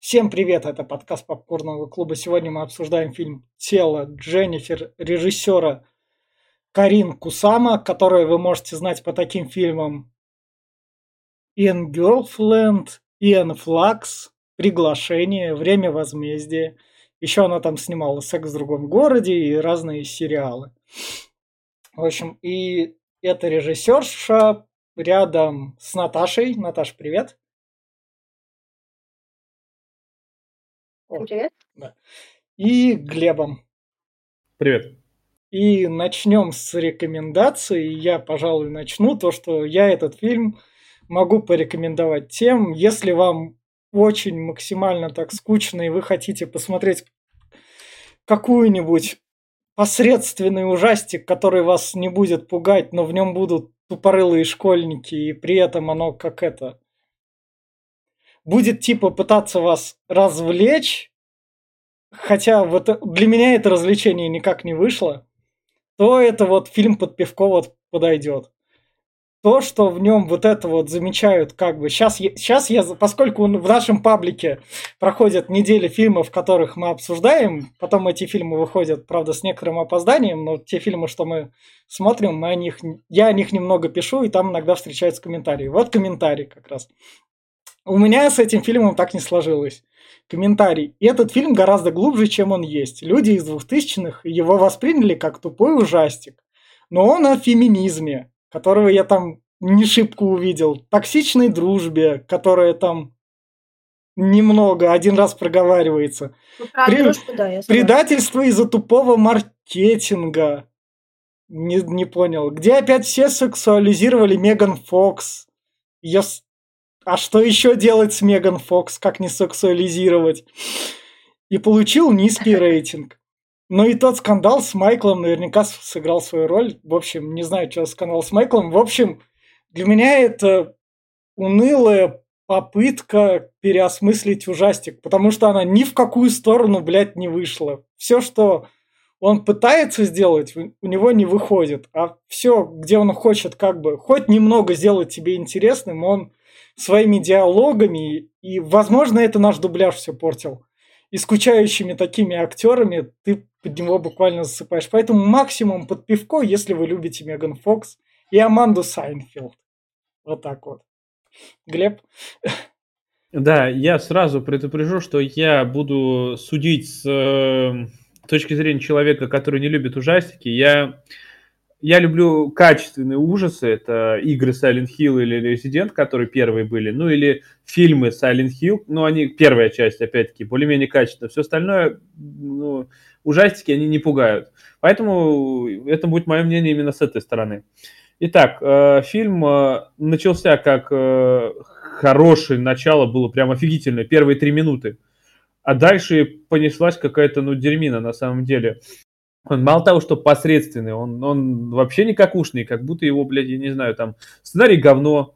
Всем привет, это подкаст Попкорного клуба. Сегодня мы обсуждаем фильм «Тело» Дженнифер, режиссера Карин Кусама, которую вы можете знать по таким фильмам «Иэн Гёрлфренд», «Иэн Флакс», «Приглашение», «Время возмездия». Еще она там снимала «Секс в другом городе» и разные сериалы. В общем, и эта режиссерша рядом с Наташей. Наташ, привет. Всем привет. Да. И Глебом. Привет. И начнем с рекомендаций. Я, пожалуй, начну. То, что я этот фильм могу порекомендовать тем, если вам очень максимально так скучно, и вы хотите посмотреть какую-нибудь посредственный ужастик, который вас не будет пугать, но в нем будут тупорылые школьники, и при этом оно как это... будет типа пытаться вас развлечь, хотя вот для меня это развлечение никак не вышло, то это вот фильм под пивко вот подойдет. То, что в нем вот это вот замечают, как бы, сейчас я, поскольку в нашем паблике проходят недели фильмов, которых мы обсуждаем, потом эти фильмы выходят, правда, с некоторым опозданием, но те фильмы, что мы смотрим, я о них немного пишу, и там иногда встречаются комментарии. Вот комментарий как раз. У меня с этим фильмом так не сложилось. Комментарий. И этот фильм гораздо глубже, чем он есть. Люди из 2000-х его восприняли как тупой ужастик. Но он о феминизме, которого я там не шибко увидел. Токсичной дружбе, которая там немного, один раз проговаривается. Ну, про дружбу, да, я согласна. Предательство из-за тупого маркетинга. Не понял. Где опять все сексуализировали Меган Фокс. А что еще делать с Меган Фокс, как не сексуализировать? И получил низкий рейтинг. Но и тот скандал с Майклом наверняка сыграл свою роль. В общем, не знаю, что скандал с Майклом. В общем, для меня это унылая попытка переосмыслить ужастик, потому что она ни в какую сторону, блядь, не вышла. Все, что он пытается сделать, у него не выходит. А все, где он хочет как бы хоть немного сделать тебе интересным, он своими диалогами, и, возможно, это наш дубляж все портил, и скучающими такими актерами ты под него буквально засыпаешь. Поэтому максимум под пивко, если вы любите Меган Фокс и Аманду Сайнфилд. Вот так вот. Глеб? Да, я сразу предупрежу, что я буду судить с точки зрения человека, который не любит ужастики. Я люблю качественные ужасы. Это игры Silent Hill или Resident, которые первые были. Ну или фильмы Silent Hill. Ну, они, первая часть, опять-таки, более-менее качественная. Все остальное, ну, ужастики, они не пугают. Поэтому это будет мое мнение именно с этой стороны. Итак, фильм начался как хорошее начало, было прям офигительное, первые 3 минуты. А дальше понеслась какая-то, ну, дерьмина на самом деле. Он мало того, что посредственный, он вообще никакушный, как будто его, блядь, я не знаю, там, сценарий говно,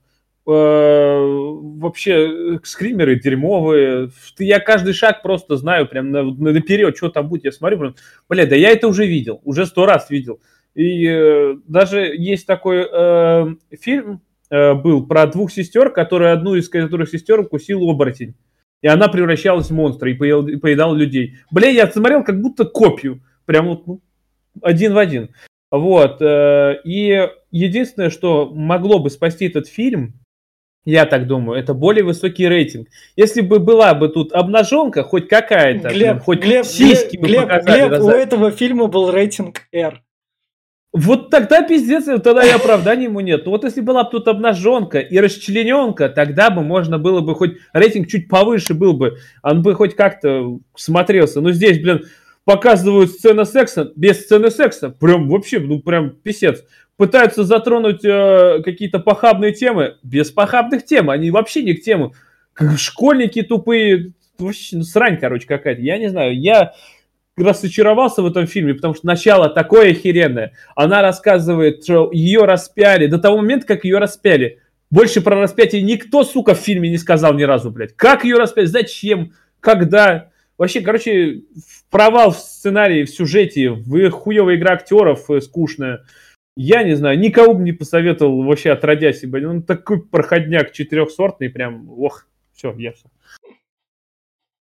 вообще скримеры дерьмовые. Я каждый шаг просто знаю, прям наперед, что там будет, я смотрю, прям, блядь, да я это уже видел, уже 100 раз видел. И даже есть такой фильм был про двух сестер, одну из которых сестер укусил оборотень. И она превращалась в монстра и поедала людей. Бля, я смотрел как будто копию. Прям вот, ну, один в один. Вот. И единственное, что могло бы спасти этот фильм, я так думаю, это более высокий рейтинг. Если бы была бы тут обнаженка, хоть какая-то, хоть сиськи бы показали. Глеб, у этого фильма был рейтинг R. Вот тогда пиздец, тогда и оправдания ему нет. Но вот если была бы тут обнаженка и расчлененка, тогда бы можно было бы хоть рейтинг чуть повыше был бы. Он бы хоть как-то смотрелся. Но здесь, блин, показывают сцену секса без сцены секса. Прям вообще, ну прям писец. Пытаются затронуть какие-то похабные темы без похабных тем. Они вообще не к тему. Школьники тупые. Вообще, ну, срань, короче, какая-то. Я не знаю, я разочаровался в этом фильме, потому что начало такое охеренное. Она рассказывает, что ее распяли до того момента, как ее распяли. Больше про распятие никто, сука, в фильме не сказал ни разу, блядь. Как ее распяли, зачем, когда. Вообще, короче, провал в сценарии, в сюжете, в хуевая игра актеров скучная. Я не знаю, никого бы не посоветовал вообще отродясь. Он такой проходняк четырехсортный, прям, ох, все, я все.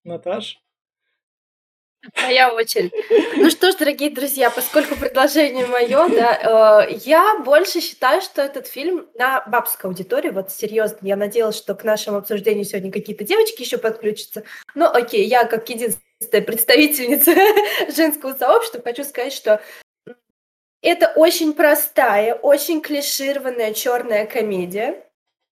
Наташ? Моя очередь. Ну что ж, дорогие друзья, поскольку предложение мое, да, я больше считаю, что этот фильм на бабскую аудиторию. Вот серьезно, я надеялась, что к нашему обсуждению сегодня какие-то девочки еще подключатся. Но окей, я как единственная представительница женского сообщества хочу сказать, что это очень простая, очень клишированная черная комедия.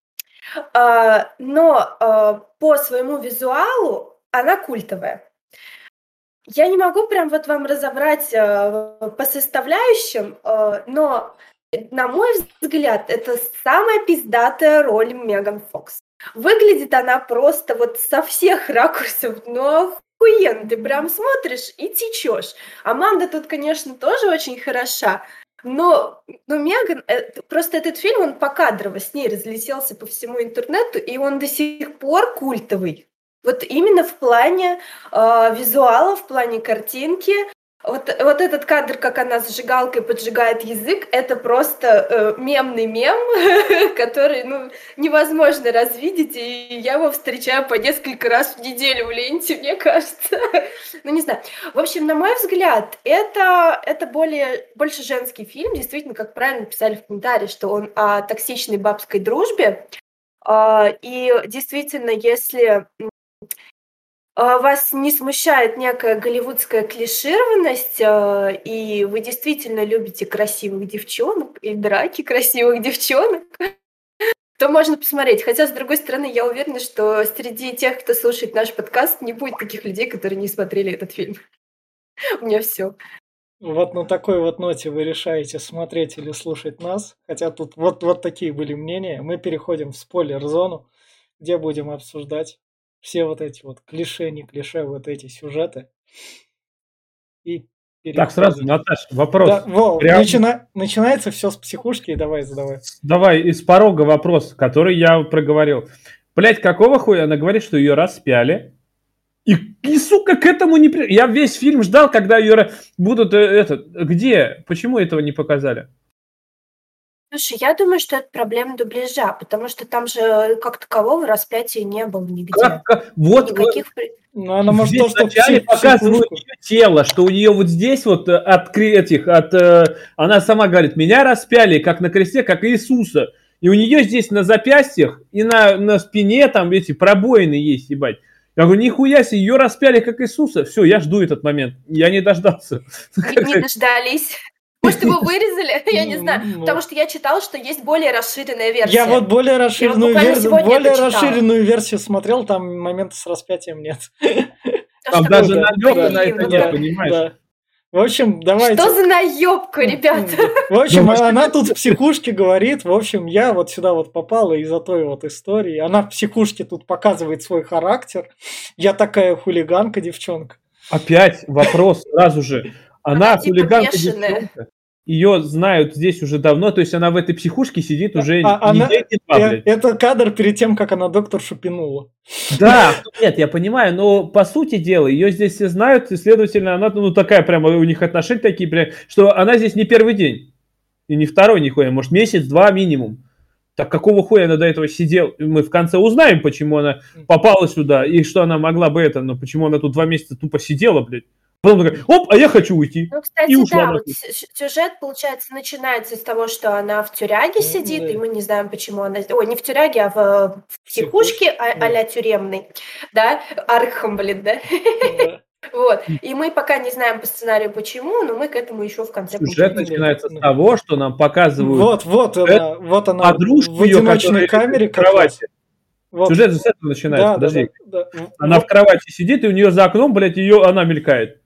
Но по своему визуалу она культовая. Я не могу прям вот вам разобрать по составляющим, но, на мой взгляд, это самая пиздатая роль Меган Фокс. Выглядит она просто вот со всех ракурсов, ну охуенно, ты прям смотришь и течешь. Аманда тут, конечно, тоже очень хороша, но Меган, просто этот фильм, он покадрово с ней разлетелся по всему интернету, и он до сих пор культовый. Вот именно в плане визуала, в плане картинки. Вот этот кадр, как она зажигалкой поджигает язык, это просто мемный мем, который невозможно развидеть, и я его встречаю по несколько раз в неделю в ленте, мне кажется. Ну, не знаю. В общем, на мой взгляд, это больше женский фильм. Действительно, как правильно писали в комментарии, что он о токсичной бабской дружбе. И действительно, если вас не смущает некая голливудская клишированность, и вы действительно любите красивых девчонок и драки красивых девчонок, то можно посмотреть. Хотя, с другой стороны, я уверена, что среди тех, кто слушает наш подкаст, не будет таких людей, которые не смотрели этот фильм. У меня все. Вот на такой вот ноте вы решаете, смотреть или слушать нас. Хотя тут вот такие были мнения. Мы переходим в спойлер-зону, где будем обсуждать все вот эти вот клише, не клише, вот эти сюжеты. И Так, сразу, Наташ, вопрос. Да, начинается все с психушки, и давай задавай. Давай, из порога вопрос, который я проговорил. Блять, какого хуя она говорит, что ее распяли? И сука, к этому не... Я весь фильм ждал, когда ее будут... Где? Почему этого не показали? Слушай, я думаю, что это проблема дубляжа, потому что там же как такового распятия не было нигде. Вот, Никаких... Ну, она может здесь вначале показывают ее тело, что у нее вот здесь вот она сама говорит, меня распяли как на кресте, как Иисуса. И у нее здесь на запястьях и на спине там эти пробоины есть, ебать. Я говорю, нихуя себе, ее распяли как Иисуса. Все, я жду этот момент. Я не дождался. Не дождались. Может, его вырезали? Я не знаю. Потому что я читала, что есть более расширенная версия. Я вот более расширенную версию смотрел, там момента с распятием нет. Там даже намека на это нет, понимаешь? В общем, давайте... Что за наебка, ребята? В общем, она тут в психушке говорит, в общем, я вот сюда вот попала из-за той вот истории. Она в психушке тут показывает свой характер. Я такая хулиганка, девчонка. Опять вопрос сразу же. Она хулиганка, девчонка. Ее знают здесь уже давно, то есть она в этой психушке сидит уже не день, не два, блядь. Это кадр перед тем, как она докторшу пинула. Да, нет, я понимаю, но по сути дела, ее здесь все знают, и, следовательно, она такая прямо, у них отношения такие, прям, что она здесь не первый день, и не второй нихуя, может месяц-два минимум. Так какого хуя она до этого сидела? Мы в конце узнаем, почему она попала сюда, и что она могла бы но почему она тут 2 месяца тупо сидела, блядь. Потом такая, оп, а я хочу уйти. Ну, кстати, и ушла, да, вот сюжет, получается, начинается с того, что она в тюряге сидит, и мы не знаем, почему она... Ой, не в тюряге, а в психушке а-ля тюремной, да? Архам, блин, да? Вот. И мы пока не знаем по сценарию почему, но мы к этому еще в конце... Сюжет начинается с того, что нам показывают... Вот она подружку в одиночной камере в кровати. Вот. Сюжет с этого начинается, подожди. Да. Она в кровати сидит, и у нее за окном, блядь, она мелькает.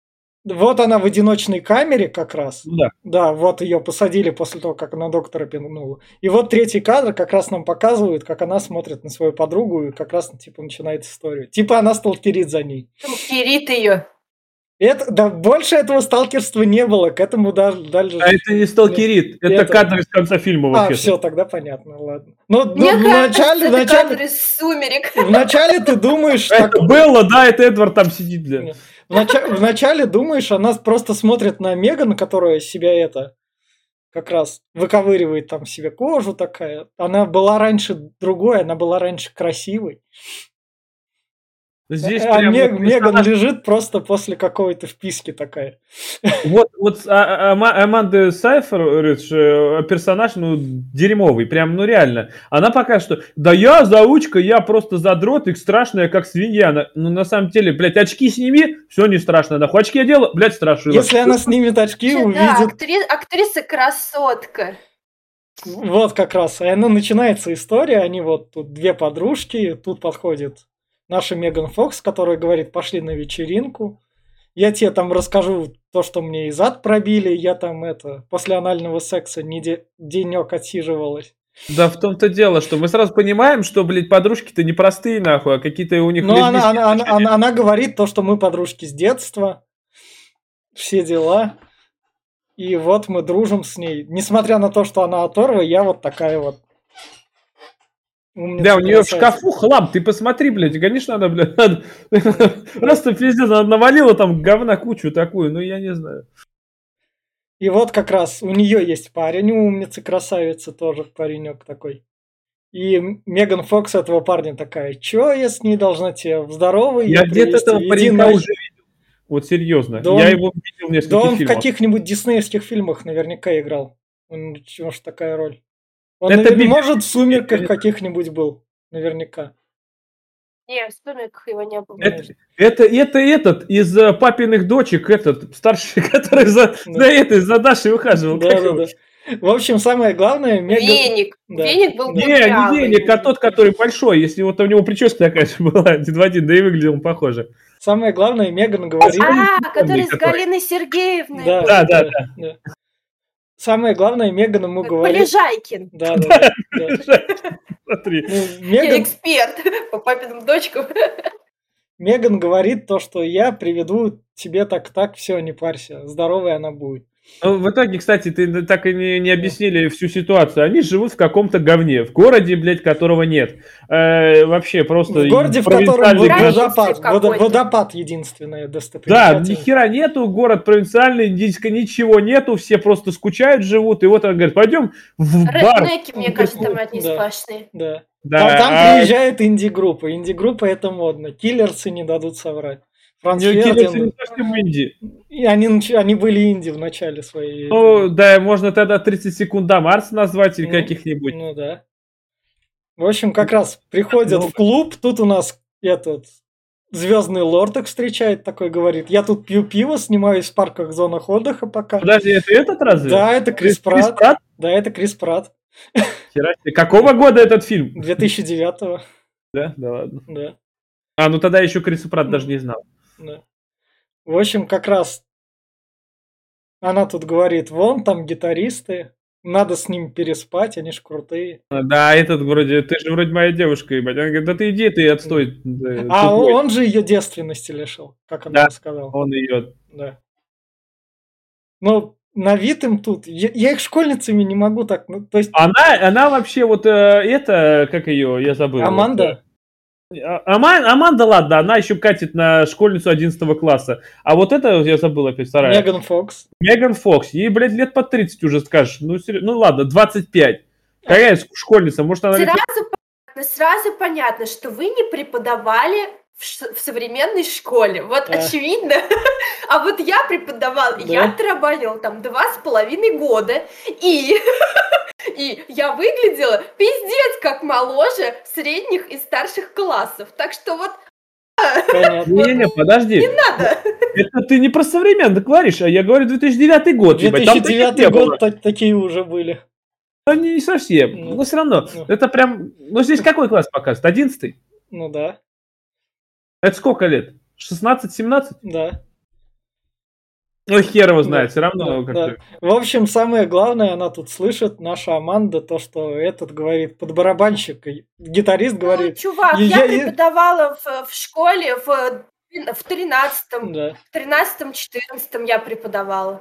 Вот она в одиночной камере как раз. Да. Да, вот ее посадили после того, как она доктора пинула. И вот третий кадр как раз нам показывает, как она смотрит на свою подругу, и как раз типа начинает историю. Типа она сталкерит за ней. Сталкерит ее. Да больше этого сталкерства не было, к этому дальше... А это не сталкерит, это кадр из конца фильма. Вообще. Все, тогда понятно, ладно. Мне кажется, это кадр из «Сумерек». Вначале ты думаешь... Это Белла, да, это Эдвард там сидит, блин. Вначале думаешь, она просто смотрит на Меган, которая себя как раз выковыривает там себе кожу такая. Она была раньше другой, она была раньше красивой. Здесь А прям вот Меган персонаж- лежит просто после какой-то вписки такая. Вот Аманда Сайфридж персонаж, ну, дерьмовый, прям, ну, реально. Она пока что, да я заучка, я просто задрот, и страшная, как свинья. Ну, на самом деле, блядь, очки сними, все не страшно. Нахуй очки одела, блядь, страшила. Если она снимет очки, Да, увидит... актриса красотка. Вот как раз. И она начинается история. Они вот тут две подружки. Тут подходит наша Меган Фокс, которая говорит, пошли на вечеринку. Я тебе там расскажу то, что мне и зад пробили. Я там после анального секса денек отсиживалась. Да в том-то дело, что мы сразу понимаем, что, блядь, подружки-то не простые, нахуй, а какие-то у них Но лесбийские отношения. она говорит то, что мы подружки с детства. Все дела. И вот мы дружим с ней. Несмотря на то, что она оторва, я вот такая вот. Умница, Да, у нее в красавица. шкафу хлам, ты посмотри, блядь, конечно, она, блядь, просто пиздец, она навалила там говна кучу такую, ну, я не знаю. И вот как раз у нее есть парень, умница, красавица тоже, паренек такой. И Меган Фокс этого парня такая, чё я с ней должна тебе в здоровый Я где-то привести? этого Иди паренька нахер». уже видел. Вот серьезно. Да Я он- его видел в Да нескольких он в фильмах. каких-нибудь диснеевских фильмах наверняка играл. Чего ж такая роль? Он, Это Биби. может, в «Сумерках» каких-нибудь был. Наверняка. Не, в «Сумерках» его не было. Это этот из папиных дочек, этот старший, который за Дашей ухаживал. Да, Как да, его? да. В общем, самое главное, Веник. Да. Веник был Не, Не кудрявый. Веник, а тот, который большой. Если вот у него прическа такая же была, один в один, да и выглядел он похоже. Самое главное, Меган говорит... Который с который. Галиной Сергеевной. Да, Да. Самое главное, Меган ему говорит... Полежайкин. Да. Смотри. Ну, Я эксперт по папиным дочкам. Меган говорит то, что я приведу тебе так, все, не парься, здоровая она будет. Ну, в итоге, кстати, ты так и не объяснили всю ситуацию. Они живут в каком-то говне, в городе, блядь, которого нет. Вообще просто... В городе, в котором провинциальный город. Провинции какой-то. водопад единственная Да, достопримечательность. ни хера нету, город провинциальный, здесь ничего нету, все просто скучают, живут. И вот он говорит, пойдем в бар. Реднеки, мне кажется, там одни Да. сплошные. Да. Да, Там приезжает инди-группа. Инди-группа это модно. Киллерсы не дадут соврать. Франц Киллерсы Фердинанд. не совсем инди. И они были инди в начале своей. Ну, да, можно тогда 30 секунд до Марса назвать или Ну, каких-нибудь. Ну да. В общем, как раз приходят Ну, в клуб, тут у нас этот Звездный Лорд их встречает, такой говорит, я тут пью пиво, снимаюсь в парках, зонах отдыха пока. Подожди, это этот разве? Да, это Крис Пратт. Пратт? Да, это Крис Пратт. Хера себе. Какого года этот фильм? 2009-го. Да, да ладно. Да, А, ну тогда еще Криса Пратт даже не знал. да. В общем, как раз она тут говорит, вон там гитаристы, надо с ними переспать, они ж крутые. Да, этот вроде, ты же вроде моя девушка, ебать. Она говорит, да ты иди, ты отстой. А тупой. он же ее девственности лишил, как она Да. сказала. Он ее... Да. Ну, на вид им тут. Я их школьницами не могу так. Ну, то есть Она вообще вот это, как ее, я забыл. Аманда. Аманда, ладно, она еще катит на школьницу 11 класса. А вот это, я забыл опять, вторая. Меган Фокс. Меган Фокс. Ей, блядь, лет по 30 уже скажешь. Ну, ну ладно, 25. Какая школьница? Может, она... Сразу понятно, что вы не преподавали в современной школе. Вот Да. очевидно. А вот я преподавала, Да. я отрабатывала там 2,5 года, и я выглядела пиздец как моложе средних и старших классов. Так что вот Понятно. Не, подожди. не надо. Это ты не про современный говоришь, а я говорю 2009 год. ебать. Там таких 2009 не было. год такие уже были. Ну, не совсем. Ну, Но все равно. ну. Это прям... Ну, здесь какой класс показывает? 11? Ну да, Это сколько лет? 16-17? да. Ну, хер его знает. Все равно Да, как-то... В общем, самое главное, она тут слышит, наша Аманда, то, что этот говорит, под барабанщик, гитарист Ну, говорит, чувак, я- я преподавала в школе в 13-м, да. в 13-14 я преподавала.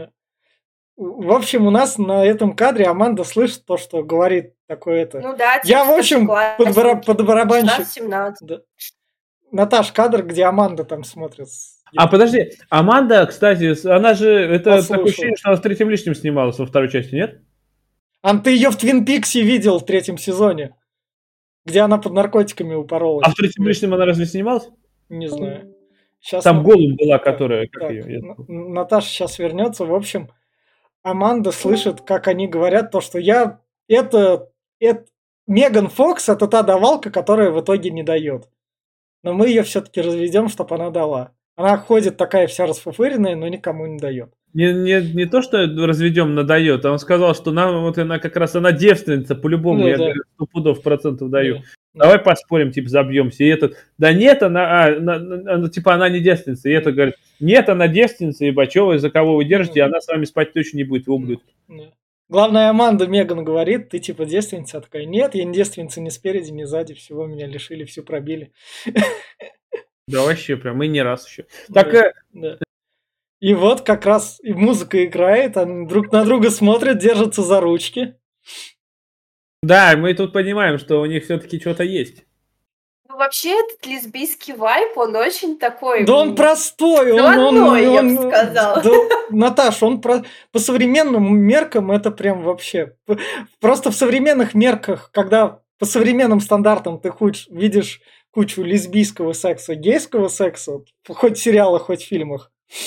В общем, у нас на этом кадре Аманда слышит то, что говорит такое это. Ну да, Я, в общем, под барабанщик. 16-17. Да. Наташ, кадр, где Аманда там смотрит. А, подожди. Аманда, кстати, она же... Это Послушал. такое ощущение, что она в третьем лишнем снималась во второй части, нет? Ан, ты ее в Твин Пиксе видел в 3-м сезоне, где она под наркотиками упоролась. А в третьем лишнем она разве снималась? Не знаю. Сейчас Там Голум была, так, которая... Как так, ее? Наташа сейчас вернется. В общем, Аманда слышит, как они говорят, то, что это Меган Фокс, это та давалка, которая в итоге не дает. Но мы ее все-таки разведем, чтобы она дала. Она ходит такая вся расфуфыренная, но никому не дает. Не то, что разведем, надает, а он сказал, что нам вот она как раз, она девственница, по-любому, Ну я да. говорю, 100% даю. Да. Давай поспорим, типа, забьемся. И этот, да нет, типа, она не девственница. И это говорит, нет, она девственница, ибо что вы, за кого вы держите, и она с вами спать точно не будет, вы ублюдки. Да. Главное, Аманда Меган говорит, ты типа девственница, а такая, нет, я не девственница ни спереди, ни сзади, всего меня лишили, всю пробили. Да вообще, прям, и не раз еще. Да, Так, да. И вот как раз и музыка играет, они друг на друга смотрят, держатся за ручки. да, мы тут понимаем, что у них все-таки что-то есть. Ну, вообще, этот лесбийский вайб, он очень такой... Да он простой, Заводной, я бы сказала. Да, Наташ, он по современным меркам это прям вообще... Просто в современных мерках, когда по современным стандартам ты видишь кучу лесбийского секса, гейского секса, хоть в сериалах, хоть в фильмах,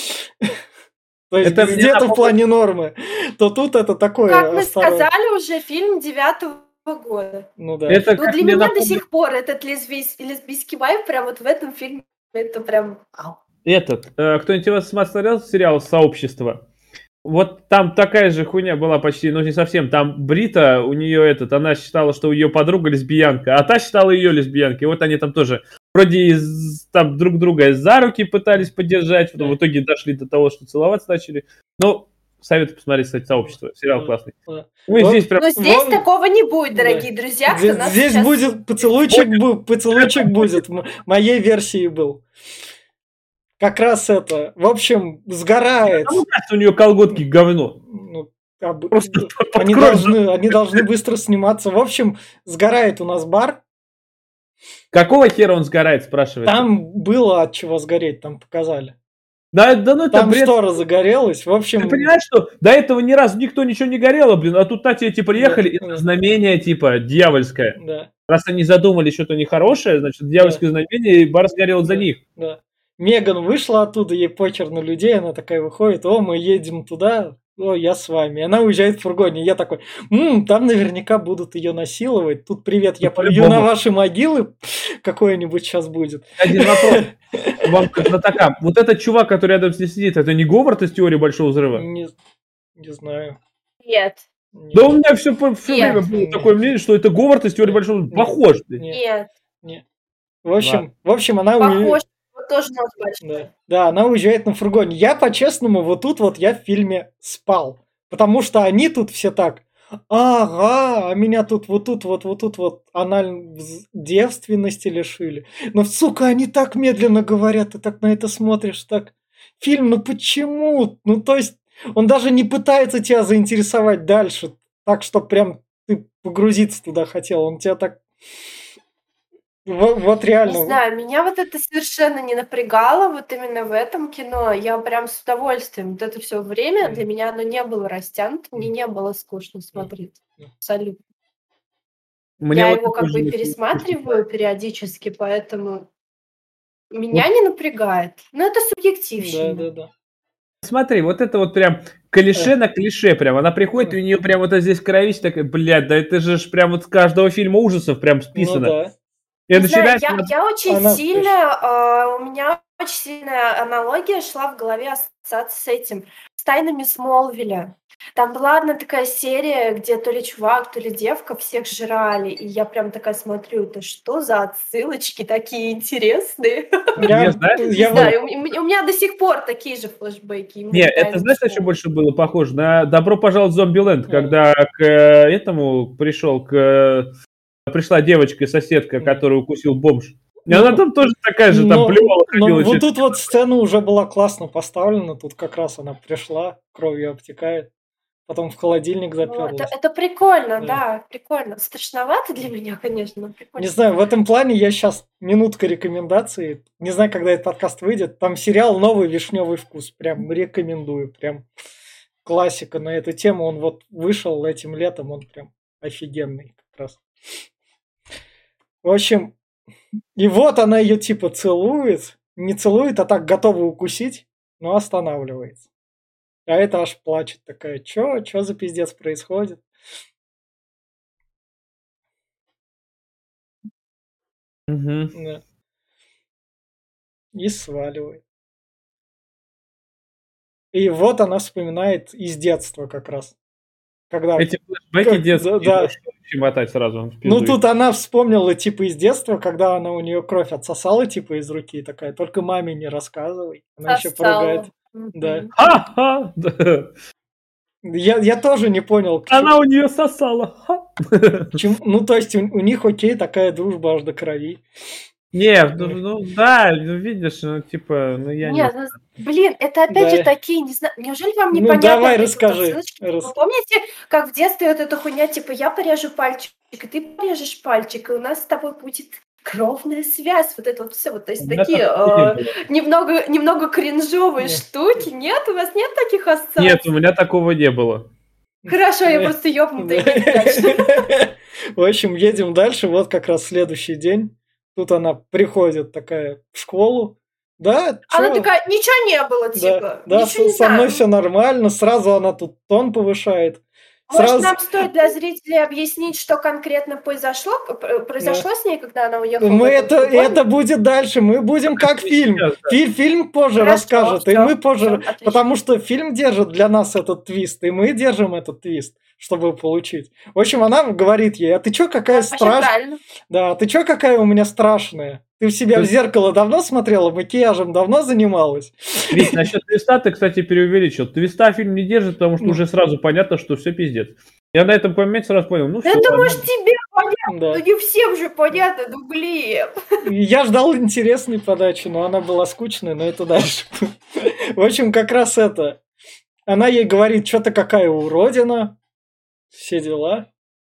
то есть Это где-то в плане нормы, то тут это такое... Как мы сказали, уже фильм 9-го года. Ну да. Это Ну, как для мне меня напомнит- до сих пор этот лесбийский вайб прям вот в этом фильме, это прям... Кто-нибудь вас смотрел сериал «Сообщество»? Вот там такая же хуйня была почти, но не совсем. Там Брита, у нее она считала, что ее подруга лесбиянка, а та считала ее лесбиянкой. И вот они там тоже вроде там друг друга за руки пытались поддержать, потом в итоге дошли до того, что целоваться начали. Ну, советую посмотреть, кстати, «Сообщество». Сериал классный. Да. Мы Вот. здесь прям... Но здесь Вот. такого не будет, дорогие друзья. кто нас Здесь сейчас- будет поцелуйчик будет. Моей версии был. Как раз это. В общем, сгорает. Ну, кажется, у нее колготки говно. Ну, Просто под они кровь. должны быстро сниматься. В общем, сгорает у нас бар. Какого хера он сгорает, спрашивает? Там было от чего сгореть, там показали. Да ну это Там бред. штора загорелась. В общем, Ты понимаешь, что до этого ни разу никто ничего не горело, блин, а тут на тебе типа приехали, и это знамение типа дьявольское. да. Раз они задумали что-то нехорошее, значит, дьявольское знамение, и бар сгорел за них. Да. Меган вышла оттуда, ей похер на людей, она такая выходит, о, мы едем туда, о, я с вами. И она уезжает в фургоне. Я такой, там наверняка будут ее насиловать. Тут привет, я плюю на ваши могилы, какое-нибудь сейчас будет. Один вопрос. Вам как знатокам. Вот этот чувак, который рядом с ней сидит, это не Говард из «Теории большого взрыва»? Не знаю. Нет. Да у меня все время было такое мнение, что это Говард из «Теории большого взрыва». Похож. Нет. В общем, она Похож. Вот тоже нос большой. Да, она уезжает на фургоне. Я, по-честному, вот тут вот я в фильме спал. Потому что они тут все так, ага, а меня тут вот анальной девственности лишили. Но, сука, они так медленно говорят, ты так на это смотришь, так. Фильм, ну почему? Ну, то есть, он даже не пытается тебя заинтересовать дальше, так, что прям ты погрузиться туда хотел. Он тебя так... Вот реально. Не знаю, меня вот это совершенно не напрягало вот именно в этом кино. Я прям с удовольствием. Вот это все время для меня оно не было растянуто, мне не было скучно смотреть. Абсолютно. Я его как бы пересматриваю периодически, поэтому меня не напрягает. Но это субъективщина. Да. Смотри, вот это вот прям клише на клише прям. Она приходит, и у нее прям вот здесь кровище такая, блядь, да это же прям вот с каждого фильма ужасов прям списано. Ну да. Я очень сильно, у меня очень сильная аналогия шла в голове ассоциация с этим, с «Тайнами Смолвиля». Там была одна такая серия, где то ли чувак, то ли девка всех жрали, и я прям такая смотрю, это что за отсылочки такие интересные? У меня до сих пор такие же флешбеки. Нет, это знаешь, что еще больше было похоже? На «Добро пожаловать в Зомбиленд», когда к этому пришла девочка-соседка, которую укусил бомж. И она там тоже такая же, там плевала, ходила. Вот тут вот сцена уже была классно поставлена. Тут как раз она пришла, кровью обтекает. Потом в холодильник заперлась. Это прикольно, да, прикольно. Страшновато для меня, конечно, но прикольно. Не знаю, в этом плане я сейчас минутка рекомендации. Не знаю, когда этот подкаст выйдет. Там сериал «Новый вишневый вкус». Прям рекомендую. Прям классика на эту тему. Он вот вышел этим летом. Он прям офигенный как раз. В общем, и вот она ее типа целует. не целует, а так готова укусить, но останавливается. А это аж плачет такая, чё за пиздец происходит? Да. И сваливает. И вот она вспоминает из детства как раз. Когда... Эти флешбеки детские, да. мотать сразу. Ну, тут она вспомнила, типа, из детства, когда она у нее кровь отсосала, типа, из руки, такая, только маме не рассказывай. Она еще поругает. Да. Ха-ха! Я тоже не понял. Она у нее сосала. Ну, то есть, у них, окей, такая дружба аж до крови. Нет, ну да, видишь, ну типа, ну я Нет, ну, блин, это опять же такие, не знаю, неужели вам непонятно? Давай, расскажи. Вы помните, как в детстве вот эта хуйня, типа, я порежу пальчик, и ты порежешь пальчик, и у нас с тобой будет кровная связь, вот это вот все, вот, то есть такие немного кринжовые штуки. Нет, у вас нет таких ассоциаций? Нет, у меня такого не было. Хорошо, я просто ёбнутая. В общем, едем дальше, вот как раз следующий день. Тут она приходит такая в школу. Да, она такая, ничего не было, типа. Да, со мной все нормально. Сразу она тут тон повышает. Может, нам стоит для зрителей объяснить, что конкретно произошло с ней, когда она уехала? Это будет дальше. Мы будем как фильм. Фильм позже расскажет, и мы позже... Потому что фильм держит для нас этот твист, и мы держим этот твист, чтобы получить. В общем, она говорит ей, а ты чё какая страшная? Да, ты чё какая у меня страшная? Ты в себя в зеркало давно смотрела, макияжем давно занималась? Ведь насчет твиста ты, кстати, преувеличил. Твиста фильм не держит, потому что уже сразу понятно, что все пиздец. Я на этом моменте сразу понял, ну все. Это может тебе понятно, но не всем же понятно, ну блин. Я ждал интересной подачи, но она была скучной, но это дальше. В общем, как раз это. Она ей говорит, что-то какая уродина, все дела.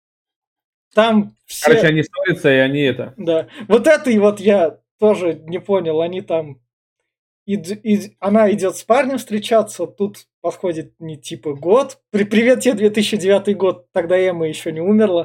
Там все... Короче, они ссорятся, и они это... Да. Вот это и вот я тоже не понял. Они там... Она идет с парнем встречаться, тут подходит не типа год. Привет тебе, 2009 год, тогда Эмма еще не умерла.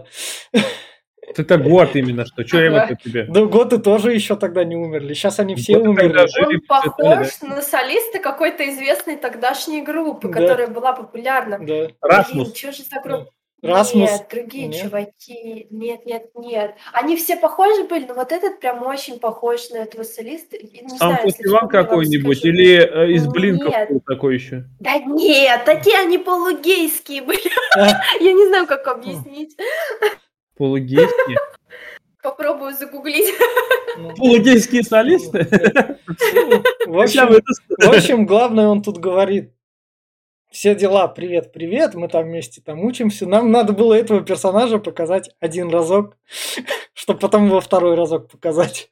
Это год именно, что Эмма-то тебе? Да, готы тоже еще тогда не умерли. Сейчас они все умерли. Он похож на солиста какой-то известной тогдашней группы, которая была популярна. Да. Расмус. Что же за группа? Расмус. Нет, другие чуваки. Нет. Они все похожи были, но вот этот прям очень похож на этого солиста. Сам Иван какой-нибудь или из Блинков такой еще? Да нет, такие они полугейские были. Я не знаю, как объяснить. Полугейские? Попробую загуглить. Полугейские солисты? В общем, главное, он тут говорит, все дела, привет, мы там вместе там учимся. Нам надо было этого персонажа показать один разок, чтобы потом его второй разок показать.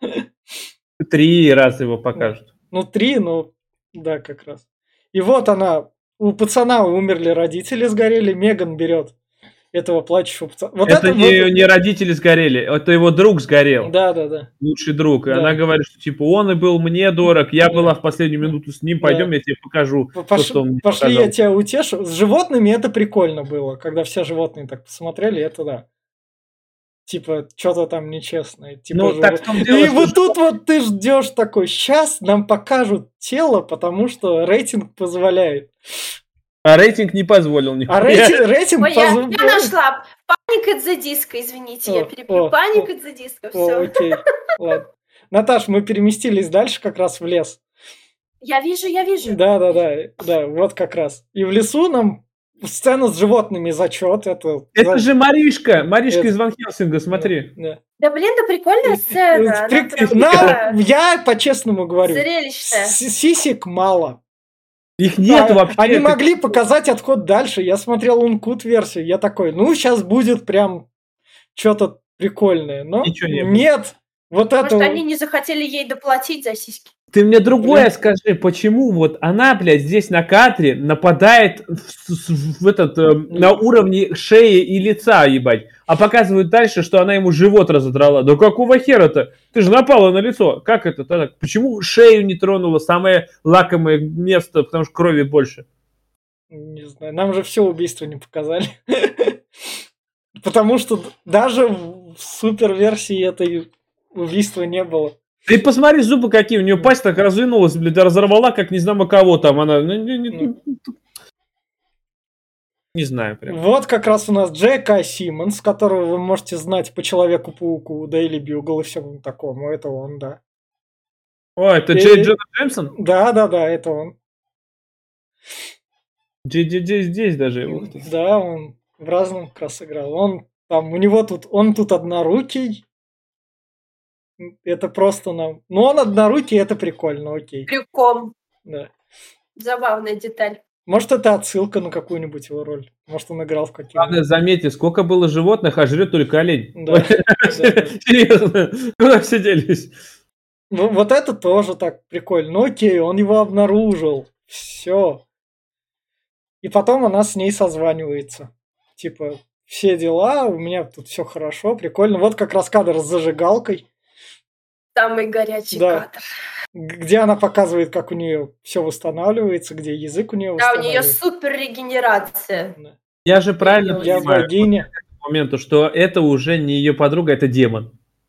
3 раза его покажут. 3, да, как раз. И вот она, у пацана умерли родители, сгорели, Меган берет этого плачущего пацана. Вот это не родители сгорели, это его друг сгорел. Да. Лучший друг. И она говорит, что типа он и был мне дорог, я была в последнюю минуту с ним, пойдем, я тебе покажу, что он мне Пошли, я тебя утешу. С животными это прикольно было, когда все животные так посмотрели, это да. Типа, что-то там нечестное. Типа, и вот тут вот ты ждешь такой, сейчас нам покажут тело, потому что рейтинг позволяет. А рейтинг не позволил никуда. Рейтинг позволил. Я нашла. Panic at the Disco, извините, я перепью. Panic at the Disco, все. Окей, ладно. Наташ, мы переместились дальше как раз в лес. Я вижу. Да, вот как раз. И в лесу нам сцена с животными зачет. Это же Маришка из Ван Хельсинга, смотри. Да блин, да прикольная сцена. Я по-честному говорю. Зрелищная. Сисек мало. Их нет вообще. Они могли показать отход дальше. Я смотрел ункут-версию. Я такой, сейчас будет прям что-то прикольное. Но нет. Вот Может, они не захотели ей доплатить за сиськи. Ты мне другое скажи, почему вот она, блядь, здесь на кадре нападает на уровне шеи и лица, ебать, а показывают дальше, что она ему живот разодрала. Да какого хера-то? Ты же напала на лицо. Как это так? Почему шею не тронула, самое лакомое место, потому что крови больше? Не знаю, нам же все убийство не показали. Потому что даже в суперверсии этой убийства не было. Ты посмотри, зубы какие, у нее пасть так развернулась, блядь, разорвала, как не знаю кого там, она... Не знаю прям. Вот как раз у нас Джека Симмонс, которого вы можете знать по Человеку-пауку, Дейли Бьюгл и всему такому. Это он, да. О, это Джей Джона Джеймсон? Да, это он. Джей здесь даже. Да, он в разном как раз играл. Он тут однорукий. Это просто нам... Ну, он однорукий, это прикольно, окей. Крюком. Да. Забавная деталь. Может, это отсылка на какую-нибудь его роль. Может, он играл в какие-нибудь... Главное, заметьте, сколько было животных, а жрет только олень. Да. Серьезно, куда все делись? Вот это тоже так прикольно. Ну окей, он его обнаружил. Все. И потом она с ней созванивается. Типа, все дела, у меня тут все хорошо, прикольно. Вот как раз кадр с зажигалкой. Самый горячий кадр. Где она показывает, как у нее все восстанавливается, где язык у нее восстанавливается. Да, у нее супер регенерация. Да. Я же правильно Я понимаю богиня. к моменту, что это уже не ее подруга, это демон.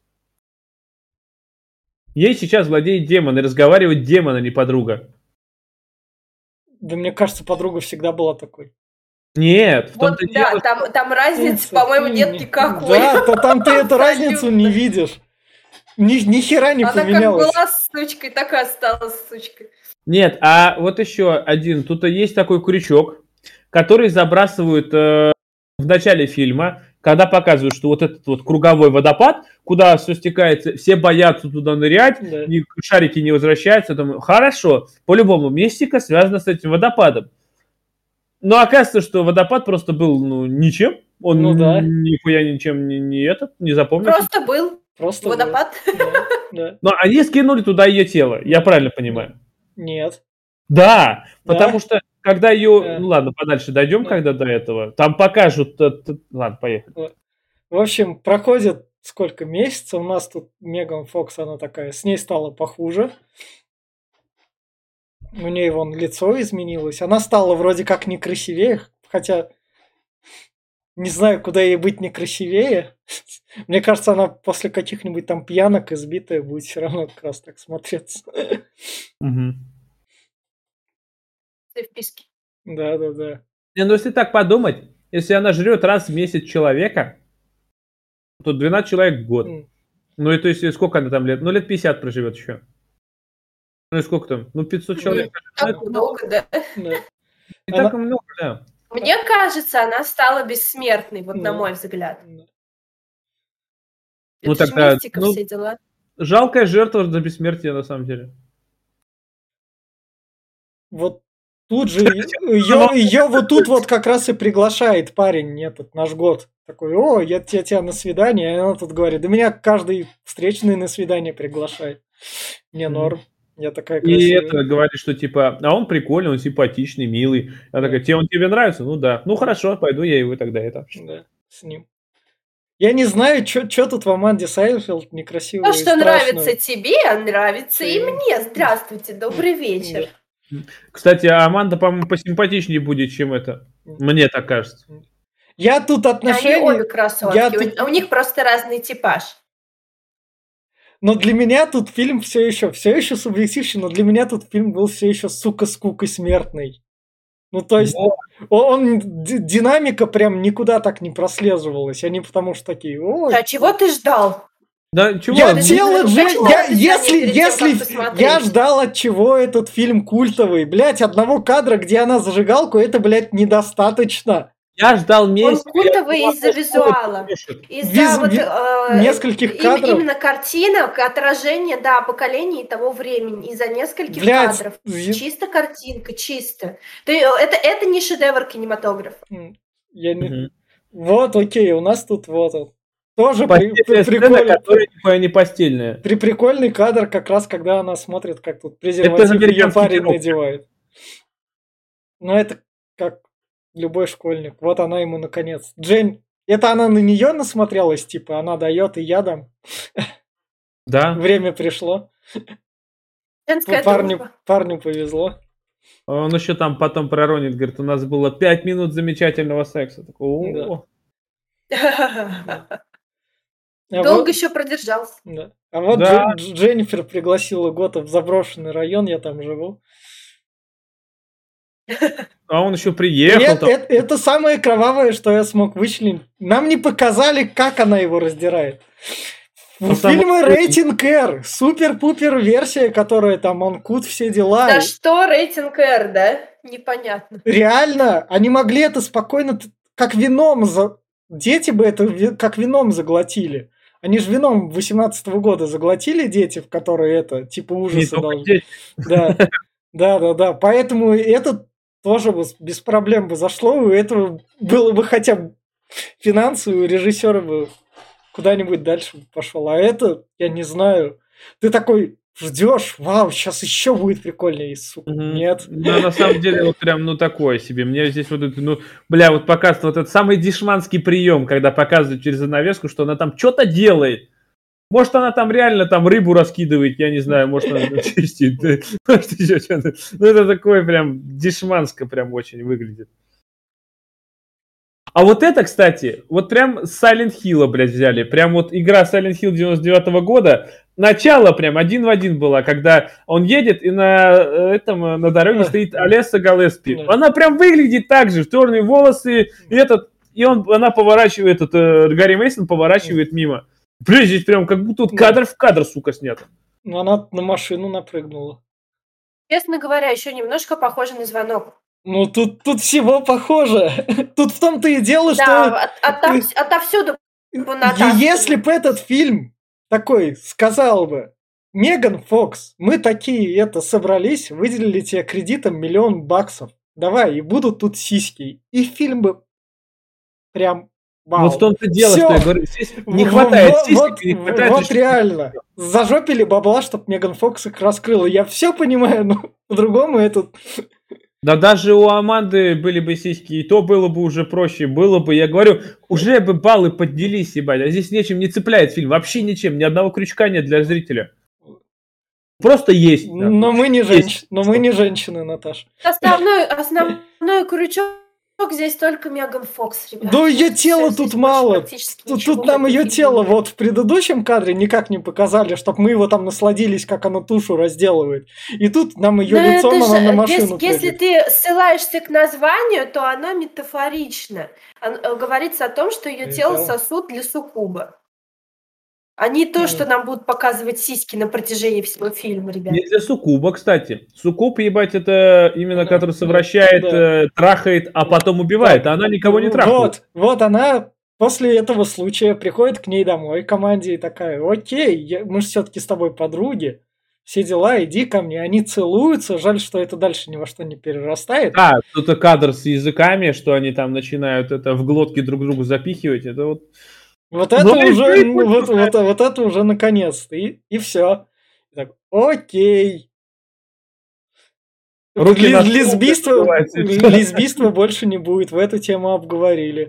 Ей сейчас владеет демон, и разговаривает демон, а не подруга. Да мне кажется, подруга всегда была такой. Нет, в Вот, том-то да, дело, там разницы, по-моему, нет никакой. Да, там ты эту разницу не видишь. Ни хера не поменялось. Она как была сучкой, так и осталась сучкой. Нет, а вот еще один. Тут есть такой крючок, который забрасывают в начале фильма, когда показывают, что вот этот вот круговой водопад, куда все стекается, все боятся туда нырять, Да. шарики не возвращаются. Думаю, хорошо, по-любому мистика связана с этим водопадом. Но оказывается, что водопад просто был ничем. Он нихуя ничем не запомнился. Просто был. Просто водопад. Да. Но они скинули туда ее тело, я правильно понимаю? Нет. Да, потому что когда ее... Ну ладно, подальше дойдем, когда до этого. Там покажут... Ладно, поехали. В общем, проходит сколько месяцев. У нас тут Меган Фокс, она такая, с ней стало похуже. У нее вон лицо изменилось. Она стала вроде как некрасивее, хотя не знаю, куда ей быть некрасивее. Мне кажется, она после каких-нибудь там пьянок избитая будет все равно как раз так смотреться. Ты в писке. Да. Не, ну если так подумать, если она жрет раз в месяц человека, то 12 человек в год. Ну и то есть сколько она там лет? Ну лет 50 проживет еще. Ну и сколько там? Ну 500 человек. Так много, да. Не так много, да. Мне кажется, она стала бессмертной, вот на мой взгляд. Ну Это тогда, мистика, все дела. Жалкая жертва за бессмертие, на самом деле. Вот тут же ее вот тут вот как раз и приглашает парень, этот наш год. Такой, о, я тебя на свидание. И она тут говорит, да меня каждый встречный на свидание приглашает. Не норм. Я такая красивая. И это говорит, что типа, а он прикольный, он симпатичный, милый. Она такая, он тебе нравится? Ну да. Ну хорошо, пойду я его тогда это. Да, с ним. Я не знаю, что тут в Аманде Сайфред некрасивое. То, что нравится тебе, нравится и мне. Здравствуйте, добрый вечер. Кстати, Аманда, по-моему, посимпатичнее будет, чем это. Мне так кажется. Я тут отношения... Они обе красотки. У них просто разный типаж. Но для меня тут фильм все еще субъективно, но для меня тут фильм был все еще, сука, скукой смертный. Ну, то есть, динамика прям никуда так не прослеживалась. Они потому что такие, ой... А чего ты ждал? Да, чего? Если я ждал, от чего этот фильм культовый. Блять, одного кадра, где она зажигалку, это, блядь, недостаточно. Я ждал месяц. Он культовый из-за визуала. Из-за нескольких кадров. Именно картинок, отражение, да, поколений того времени. Из-за нескольких кадров. Чисто картинка, чисто. Это не шедевр кинематографа. Вот, окей, у нас тут вот. Тоже прикольный. Не постельная. Прикольный кадр, как раз когда она смотрит, как тут презерватив ее парень надевает. Но это как любой школьник. Вот она ему наконец. Джейн, это она на нее насмотрелась, типа, она дает, и я дам. Да. Время пришло. Парню повезло. Он еще там потом проронит, говорит, у нас было 5 минут замечательного секса. Такой, Долго еще продержался. Да. А вот Да. Дженнифер пригласила Гота в заброшенный район, я там живу. А он еще приехал. Там. Это самое кровавое, что я смог вычленить. Нам не показали, как она его раздирает. У фильма рейтинг R, супер-пупер версия, которая там онкут, все дела. Да что рейтинг R, да? Непонятно. Реально, они могли это спокойно, как вином, дети бы это как вином заглотили. Они же вином 18-го года заглотили дети, в которые это, типа ужасы должны. Да. Поэтому это тоже без проблем бы зашло, у этого было бы хотя бы финансово, у режиссера бы куда-нибудь дальше пошел. А это, я не знаю, ты такой ждешь, вау, сейчас еще будет прикольнее, сука. Нет. Ну, на самом деле, вот прям, такое себе. Мне здесь вот это, вот показывает вот этот самый дешманский прием, когда показывают через занавеску, что она там что-то делает. Может, она там реально там рыбу раскидывает, я не знаю, может, она чистит. Может, еще что-то. Ну, это такое прям дешманско прям очень выглядит. А вот это, кстати, вот прям с Silent Hill, блядь, взяли. Прям вот игра Silent Hill 99-го года, начало прям один в один было, когда он едет, и на дороге стоит Алесса Галеспи. Она прям выглядит так же, черные волосы, она поворачивает, Гарри Мейсон поворачивает мимо. Блин, здесь прям как будто вот кадр в кадр, сука, снято. Ну, она на машину напрыгнула. Честно говоря, еще немножко похоже на звонок. Ну, тут всего похоже. Тут в том-то и дело, что... Да, отовсюду. Если бы этот фильм такой сказал бы, Меган Фокс, мы такие собрались, выделили тебе кредитом $1 миллион, давай, и будут тут сиськи. И фильм бы прям... Вау. Вот в том-то дело, что я говорю, здесь не хватает сисек, не хватает... Вот реально. Зажопили бабла, чтобы Меган Фокс их раскрыла. Я все понимаю, но по-другому это... Да даже у Аманды были бы сиськи, и то было бы уже проще. Было бы, я говорю, уже бы баллы поднялись, ебать. А здесь нечем не цепляет фильм. Вообще ничем. Ни одного крючка нет для зрителя. Просто есть. Да. Но мы не женщины. Но мы не женщины, Наташа. Основной крючок здесь только Меган Фокс, ребята. Да ее тела тут мало. Тут нам ее тело вот в предыдущем кадре никак не показали, чтобы мы его там насладились, как оно тушу разделывает. И тут нам ее лицом она на машину Если ты ссылаешься к названию, то оно метафорично. Говорится о том, что ее тело сосуд для суккуба. А не то, что нам будут показывать сиськи на протяжении всего фильма, ребят. Не для суккуба, кстати. Суккуб, ебать, это именно который совращает, трахает, а потом убивает. А она никого не трахает. Вот она после этого случая приходит к ней домой, к команде, и такая, окей, мы же все-таки с тобой подруги, все дела, иди ко мне. Они целуются, жаль, что это дальше ни во что не перерастает. А, тут кадр с языками, что они там начинают это в глотки друг другу запихивать, это вот... Вот это уже наконец-то. И все. Так, окей. Лесбийства больше не будет. В эту тему обговорили.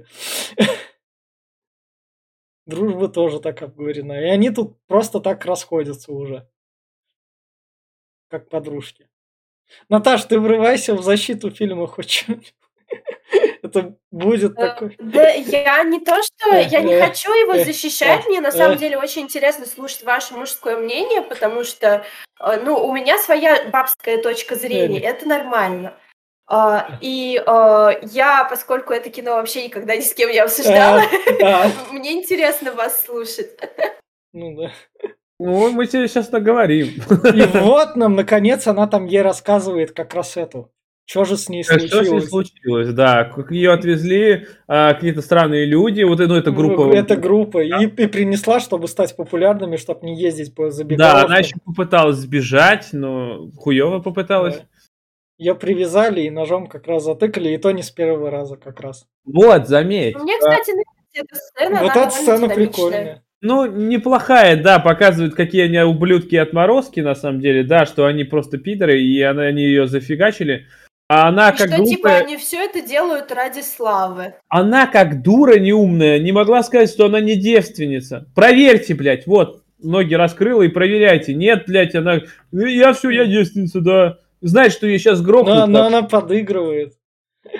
Дружба тоже так обговорена. И они тут просто так расходятся уже. Как подружки. Наташ, ты врывайся в защиту фильма хоть что-нибудь. Это будет такой... Да, я не то, что... Я не хочу его защищать. Мне на самом деле очень интересно слушать ваше мужское мнение, потому что, у меня своя бабская точка зрения. Это нормально. И я, поскольку это кино вообще никогда ни с кем не обсуждала, мне интересно вас слушать. Ну да. Ну, мы тебе сейчас наговорим. И вот нам, наконец, она там ей рассказывает как раз эту. Что же с ней случилось? Что с ней случилось, да. Как ее отвезли какие-то странные люди. Вот эта группа. Эта группа. Да. И принесла, чтобы стать популярными, чтобы не ездить по забегаловкам. Да, она еще попыталась сбежать, но хуево попыталась. Да. Ее привязали и ножом как раз затыкали, и то не с первого раза как раз. Вот, заметь. Мне, кстати, нравится эта сцена. Вот эта сцена прикольная. Ну, неплохая, да, показывают, какие они ублюдки и отморозки, на самом деле, да, что они просто пидоры, и они ее зафигачили. А она как что, типа, они все это делают ради славы. Она как дура неумная не могла сказать, что она не девственница. Проверьте, блядь, вот, ноги раскрыла и проверяйте. Нет, блядь, она... Я девственница, да. Знает, что ее сейчас грохнут. Но она подыгрывает.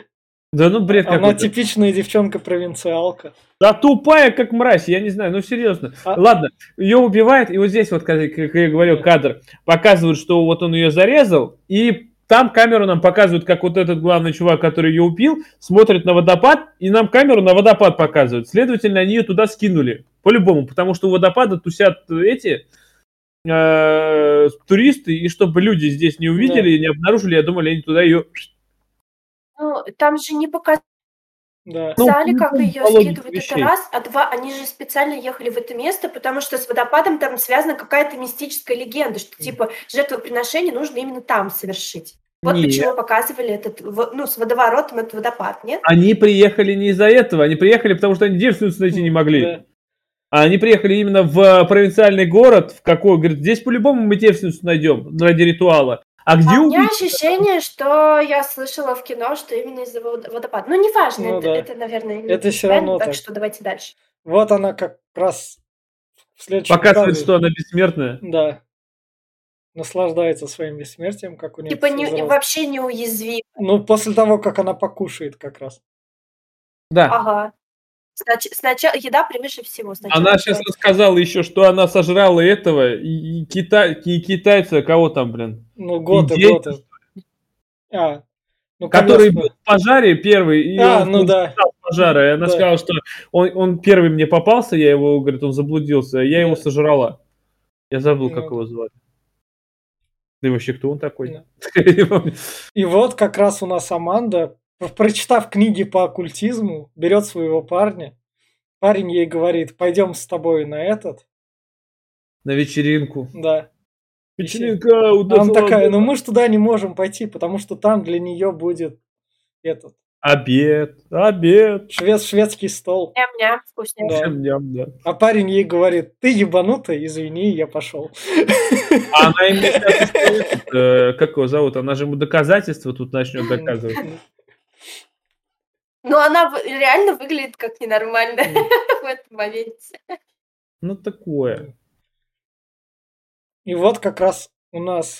Да ну бред Она какой-то. типичная девчонка-провинциалка. Да тупая, как мразь, я не знаю, ну серьезно. Ладно, ее убивают, и вот здесь вот, как я говорил, кадр показывают, что вот он ее зарезал, и там камеру нам показывают, как вот этот главный чувак, который ее убил, смотрит на водопад, и нам камеру на водопад показывают. Следовательно, они ее туда скинули, по-любому, потому что у водопада тусят эти туристы, и чтобы люди здесь не увидели и не обнаружили, я думали, они туда ее... Ну, там же не показали, Да. как ее по логике скидывают, это вещей. раз, а два, они же специально ехали в это место, потому что с водопадом там связана какая-то мистическая легенда, что типа жертвоприношение нужно именно там совершить. Вот Нет. почему показывали этот, ну, с водоворотом этот водопад, нет? Они приехали не из-за этого, они приехали, потому что они девственницу найти не могли. Да. А они приехали именно в провинциальный город, в какой, говорит, здесь по-любому мы девственницу найдем ради ритуала. А где А у меня убить? ощущение, что я слышала в кино, что именно из-за водопада. Ну, неважно, Ну это, да. это, наверное, не Это всё принципиально, равно так так. что давайте дальше. Вот она как раз в следующем Показывает, кадре, что она бессмертная. да, наслаждается своим бессмертием, как у нее Типа всё взросло. вообще неуязвим. Ну, после того, как она покушает как раз. Да. Ага. Сначала еда превыше всего. Сначала Она сейчас всё. рассказала еще, что она сожрала этого и китайца, кого там, блин? Ну, Гота. Индейца, Ну, который конечно. был в пожаре первый, и он ну да. спасал пожара. И она Да. сказала, что он первый мне попался, я его, говорит, он заблудился, я его Да. сожрала. Я забыл, как Ну его звали. Да и вообще, кто он такой? Да. Я не помню. И вот как раз у нас Аманда, прочитав книги по оккультизму, берет своего парня. Парень ей говорит: пойдем с тобой на этот. На вечеринку. Да. Вечеринка у Она такая: ну мы ж туда не можем пойти, потому что там для нее будет этот Обед. шведский стол. Ням-ням, вкуснятина. Да. Ням-ням, да. А парень ей говорит: ты ебанутая, извини, я пошел. А она ему сейчас, как его зовут? Она же ему доказательства тут начнет доказывать. Ну, она реально выглядит как ненормальная в этом моменте. Ну, такое. И вот как раз у нас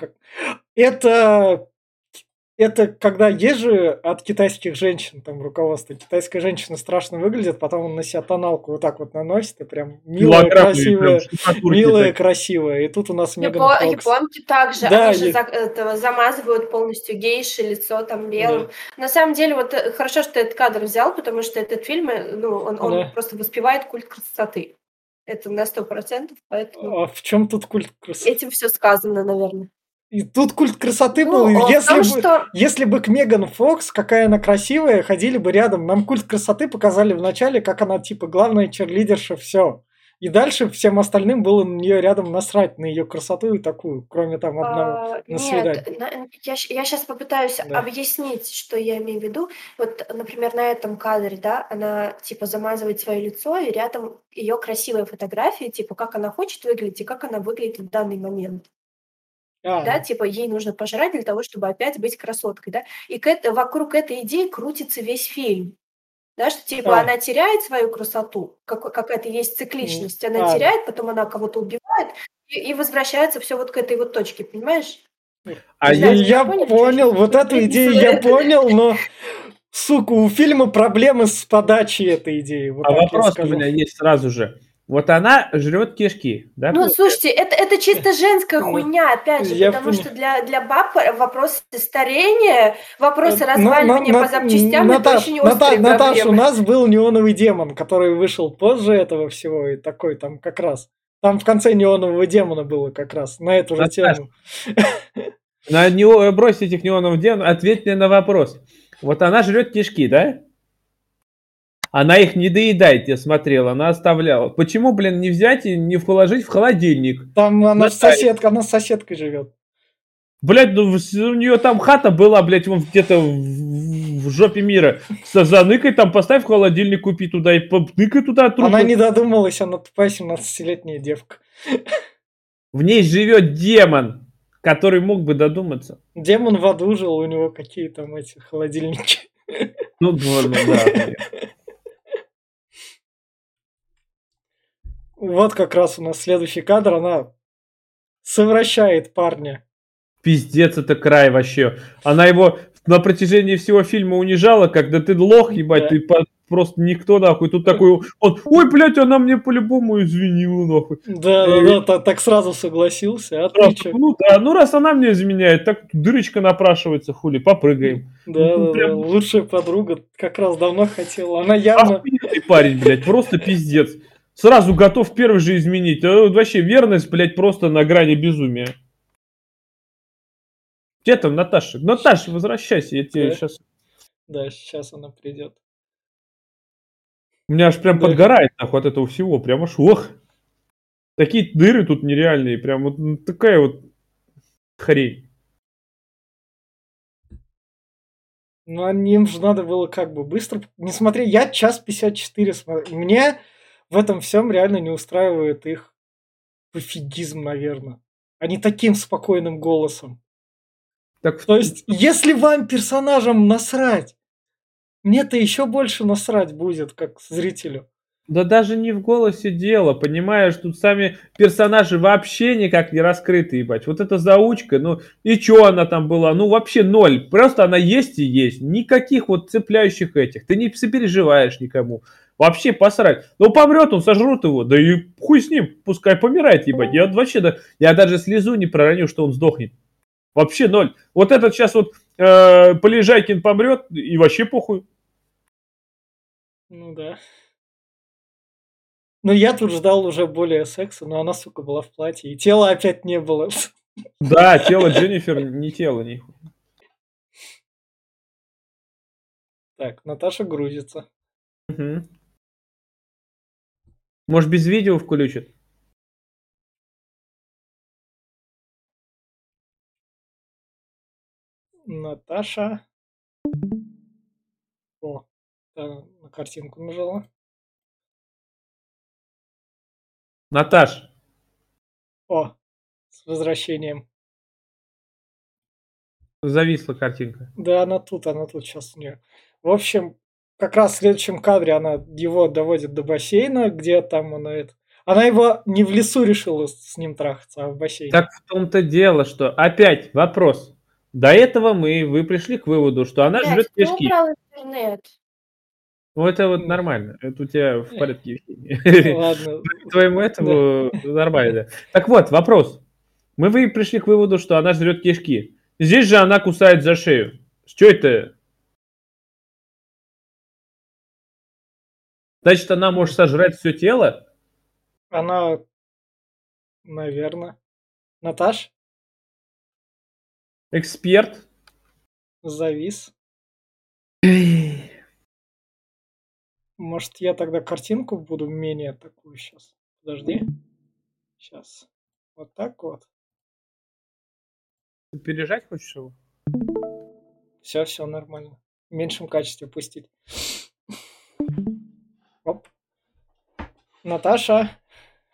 это когда есть же от китайских женщин там руководство. Китайская женщина страшно выглядит, потом он на себя тоналку вот так вот наносит, и прям милая, красивая. И тут у нас Меган Фокс. Японки также, Да, они же замазывают полностью гейши, лицо там белым. Да. На самом деле, вот хорошо, что ты этот кадр взял, потому что этот фильм, ну, он просто воспевает культ красоты. Это на 100%, поэтому... А в чем тут культ красоты? Этим все сказано, наверное. И тут культ красоты был. Ну, Если бы к Меган Фокс, какая она красивая, ходили бы рядом. Нам культ красоты показали в начале, как она типа главная черлидерша, все. И дальше всем остальным было на нее рядом насрать, на ее красоту и такую, кроме там одного на свидание. Я сейчас попытаюсь объяснить, что я имею в виду. Вот, например, на этом кадре, да, она типа замазывает свое лицо, и рядом ее красивая фотография, типа как она хочет выглядеть и как она выглядит в данный момент. Да, типа ей нужно пожрать для того, чтобы опять быть красоткой, да. И вокруг этой идеи крутится весь фильм. Да, что типа она теряет свою красоту, какая-то есть цикличность, она теряет, потом она кого-то убивает, и возвращается все вот к этой вот точке, понимаешь? Я понял, вот эту идею я понял, но, сука, у фильма проблемы с подачей этой идеи. Вот а вопрос у меня есть сразу же. Вот она жрет кишки, да? Ну, слушайте, это чисто женская хуйня, опять же, потому что для баб вопросы старения, вопросы разваливания по запчастям – это очень острые проблемы. Наташа, у нас был неоновый демон, который вышел позже этого всего, и такой там как раз. Там в конце неонового демона было как раз, на эту же тему. Брось этих неоновых демонов, ответь мне на вопрос. Вот она жрет кишки, да? Она их не доедает, я смотрел, она оставляла. Почему, блин, не взять и не положить в холодильник? Там она с соседкой живет. Блядь, ну у нее там хата была, блядь, вон где-то в жопе мира. Заныкай там, поставь в холодильник, купи туда и поныкай туда трупы. Она не додумалась, она тупая 17-летняя девка. В ней живет демон, который мог бы додуматься. Демон в аду жил, у него какие там эти холодильники. Ну, да. Вот как раз у нас следующий кадр, она совращает парня. Пиздец, это край вообще. Она его на протяжении всего фильма унижала, когда ты лох, ебать, Да. ты просто никто, нахуй. Тут такой, он, ой, блядь, она мне по-любому извинила, нахуй. Да, так сразу согласился. А ты Сразу, чё? ну да, ну раз она мне изменяет, так дырочка напрашивается, хули, попрыгаем. Ну, Да. Лучшая подруга как раз давно хотела. Она явно... охуенный парень, блядь, просто пиздец. Сразу готов первый же изменить. Вообще верность, блядь, просто на грани безумия. Где там Наташа? Наташа, возвращайся, я тебе Да. сейчас... Да, сейчас она придет. У меня аж прям Да. подгорает, нахуй, от этого всего. Прям аж, ох. Такие дыры тут нереальные. Прям вот такая вот хрень. Ну, им же надо было как бы быстро... Не смотри, я час 54 смотрю. Мне в этом всем реально не устраивает их пофигизм, наверное. Они таким спокойным голосом. Так, То есть, если вам персонажам насрать, мне-то еще больше насрать будет, как зрителю. да даже не в голосе дело, понимаешь, тут сами персонажи вообще никак не раскрыты, ебать. Вот эта заучка, ну и чё она там была? Ну вообще ноль. Просто она есть и есть. Никаких вот цепляющих этих. Ты не сопереживаешь никому. Вообще посрать. Ну помрет он, сожрут его. Да и хуй с ним, пускай помирает, ебать. Я вообще, да, я даже слезу не пророню, что он сдохнет. Вообще ноль. Вот этот сейчас вот Полежайкин помрет, и вообще похуй. Ну да. Ну я тут ждал уже более секса, но она, сука, была в платье, и тела опять не было. Да, тело Дженнифер не тело, нихуя. Так, Наташа грузится. Мгм. Может, без видео включит? Наташа. О, да, на картинку нажала. Наташ, О, с возвращением. зависла картинка. Да, она тут сейчас у нее. В общем, как раз в следующем кадре она его доводит до бассейна, где там она это... Она его не в лесу решила с ним трахаться, а в бассейне. Так в том-то дело, что опять вопрос. До этого вы пришли к выводу, что она Блядь, жрет кто кишки. убрал интернет? Ну, это вот Да. нормально. Это у тебя в порядке вещей. Ладно. К твоему этому нормально. Так вот, вопрос. Вы пришли к выводу, что она жрет кишки. Здесь же она кусает за шею. Что это? Значит, она может сожрать все тело? Она, наверное. Наташ, Эксперт? завис. Может, я тогда картинку буду менее такую сейчас. Подожди. Сейчас. Вот так вот. Ты пережать хочешь его? Все нормально. В меньшем качестве пустить. Оп. Наташа.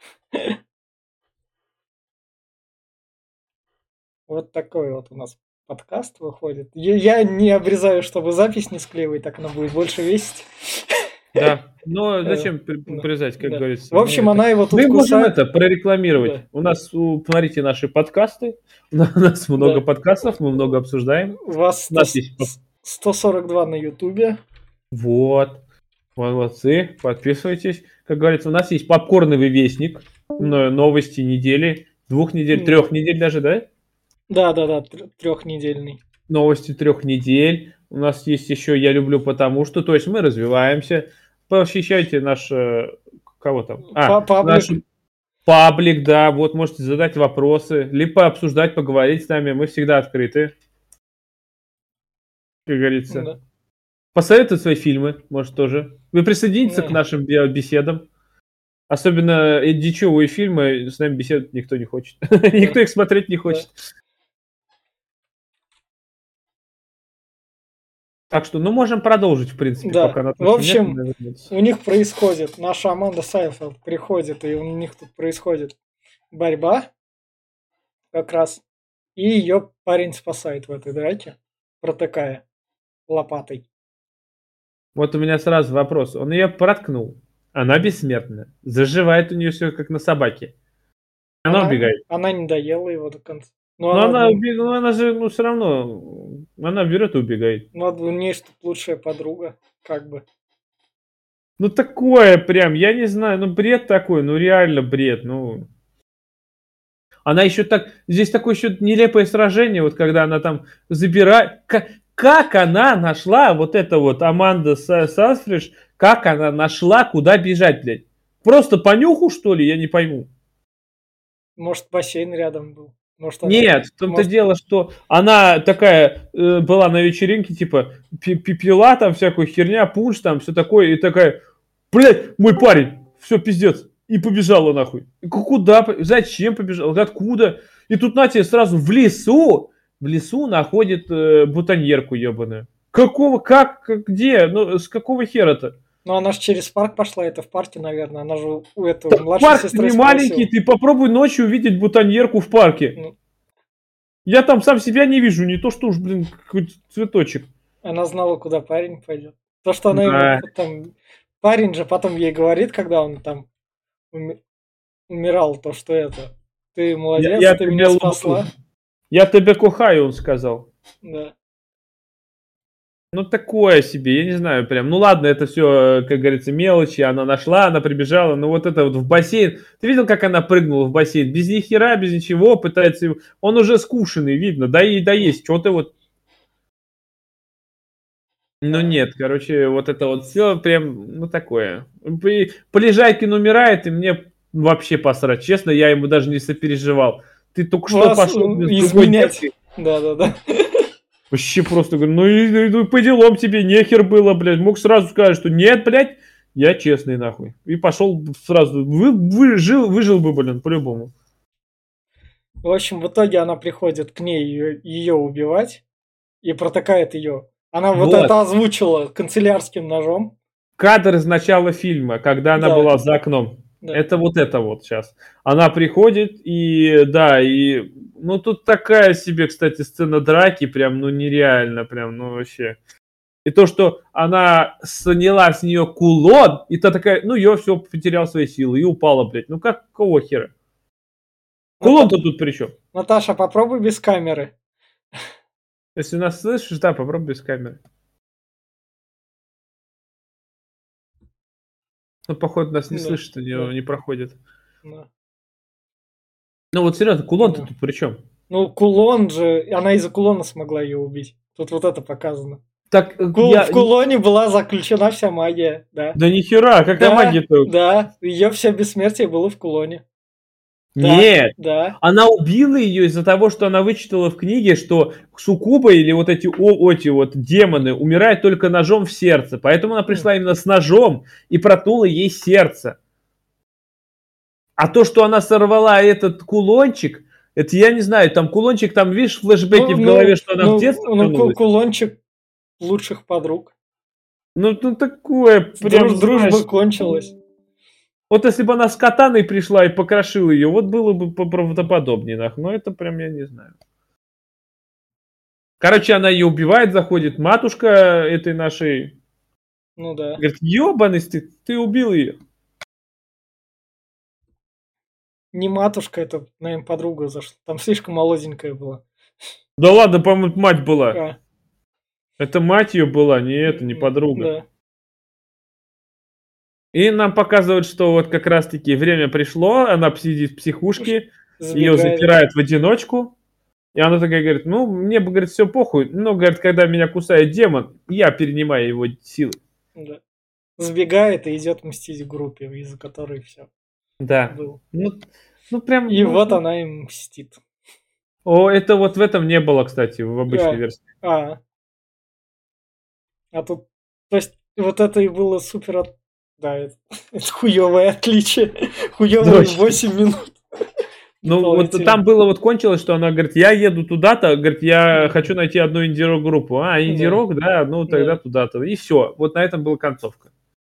Вот такой вот у нас подкаст выходит. Я не обрезаю, чтобы запись не склеивать, так она будет больше весить. Да. Но зачем прирезать, как Да. говорится? В общем, она его тут Мы можем кусает. это прорекламировать. Да. У нас, смотрите наши подкасты. У нас много Да. подкастов, мы много обсуждаем. У вас У нас есть 142 на Ютубе. Вот. Молодцы. Подписывайтесь. Как говорится, у нас есть попкорновый вестник. Новости недели. 2 недель, 3 недель даже, да? Да, 3-недельный. Новости 3 недель. У нас есть еще «Я люблю потому что». То есть мы развиваемся. Посещайте наш... Кого там? Паблик. Наш паблик, да. Вот можете задать вопросы. Либо обсуждать, поговорить с нами. Мы всегда открыты. Как говорится. Да. Посоветуйте свои фильмы, может, тоже. Вы присоединитесь к нашим беседам. Особенно дичевые фильмы, с нами беседовать никто не хочет. Никто их смотреть не хочет. Так что, можем продолжить, в принципе, Да. пока В общем, у них происходит, наша Аманда Сайфелд приходит, и у них тут происходит борьба как раз. И ее парень спасает в этой драке, протыкая лопатой. Вот у меня сразу вопрос. Он ее проткнул. Она бессмертна. Заживает у нее все, как на собаке. Она убегает. Она не доела его до конца. Ну, Но она, ну, она же, ну, все равно, она берет и убегает. надо у нее, чтоб лучшая подруга, как бы. Ну, такое прям, я не знаю, ну, бред такой, ну, реально бред, ну. Она еще так, здесь такое еще нелепое сражение, вот когда она там забирает, как она нашла, вот эта вот Аманда Сайфридж, как она нашла, куда бежать, блядь? Просто по нюху, что ли, я не пойму. Может, бассейн рядом был. Может, она... Нет, в том-то может, дело, что она такая была на вечеринке, типа, пила там всякую херня, пунш там, все такое, и такая, блядь, мой парень, все, пиздец. И побежала нахуй. И куда? Зачем побежала? Откуда? И тут на тебе сразу в лесу находит бутоньерку ебаную. Какого, где? Ну, с какого хера-то? Ну, она же через парк пошла, это в парке, наверное. Она же у этого Так младшей парк сестры не маленький, спросила. ты попробуй ночью увидеть бутоньерку в парке. Ну, Я там сам себя не вижу, не то что уж, блин, какой-то цветочек. она знала, куда парень пойдет. То, что она ему Да. там... Парень же потом ей говорит, когда он там умирал, то, что это... Ты молодец, Я ты тебе меня спасла. Я тебя кохаю, он сказал. Да. Ну, такое себе, я не знаю, прям. Ну, ладно, это все, как говорится, мелочи. Она нашла, она прибежала. Но вот это вот в бассейн. Ты видел, как она прыгнула в бассейн? Без ни хера, без ничего, пытается... Он уже скушенный, видно. Да и доесть. Что ты вот... Ну, нет, короче, вот это вот все прям, ну, такое. Полежайкин умирает, и мне вообще посрать. Честно, я ему даже не сопереживал. Ты только что Вас пошел блин, с другой изменять. девкой. Да. Вообще просто говорю, ну по делам тебе нехер было, блядь. Мог сразу сказать, что нет, блядь, я честный нахуй. И пошел сразу, выжил бы, блин, по-любому. В общем, в итоге она приходит к ней ее убивать и протыкает ее. Она вот Вот. это озвучила канцелярским ножом. Кадр из начала фильма, когда она Да. была за окном. Да. Это вот сейчас. Она приходит и, да, и, ну тут такая себе, кстати, сцена драки, прям, ну нереально, прям, ну вообще. И то, что она сняла с нее кулон, и та такая, ну я все, потерял свои силы и упала, блядь. Ну какого хера? Кулон-то тут при чем? Наташа, попробуй без камеры. Если нас слышишь, да, попробуй без камеры. Ну, походу, нас не Да, слышит, и да. не проходит. Да. Ну вот серьезно, кулон-то Да. тут при чем? Ну, кулон же, она из-за кулона смогла ее убить. Тут вот это показано. Так, В кулоне была заключена вся магия, да. Да нихера, какая Да, магия-то? Да, ее все бессмертие было в кулоне. Нет, Да. она убила ее из-за того, что она вычитала в книге, что суккубы или вот эти вот демоны умирают только ножом в сердце. Поэтому она пришла именно с ножом и проткнула ей сердце. А то, что она сорвала этот кулончик, это я не знаю, там кулончик, там, видишь, флешбеки в голове, что она в детстве вернулась. Кулончик лучших подруг. Ну такое прям, Дружба знаешь, кончилась. вот если бы она с катаной пришла и покрошила ее, вот было бы правдоподобнее, нахуй. Но это прям я не знаю. Короче, она ее убивает, заходит матушка этой нашей. Ну да. Говорит, ебаный ты убил ее. Не матушка, это, наверное, подруга зашла. Там слишком молоденькая была. Да ладно, по-моему, мать была. А, Это мать ее была, не подруга. да. И нам показывают, что вот как раз-таки время пришло, она сидит в психушке, ее запирают в одиночку. И она такая говорит, ну, мне бы, говорит, все похуй. Но, говорит, когда меня кусает демон, я перенимаю его силы. Да. Сбегает и идет мстить в группе, из-за которой все. Да. Было. Ну прям. И ну, вот она им мстит. О, это вот в этом не было, кстати, в обычной версии. А тут, то есть, вот это и было супер... Да, это хуевое отличие. Хуевые 8 минут. Ну, вот там было вот кончилось, что она говорит, я еду туда-то, говорит, я хочу найти одну инди-рок группу. А, инди-рок, да, ну тогда туда-то. И все. Вот на этом была концовка.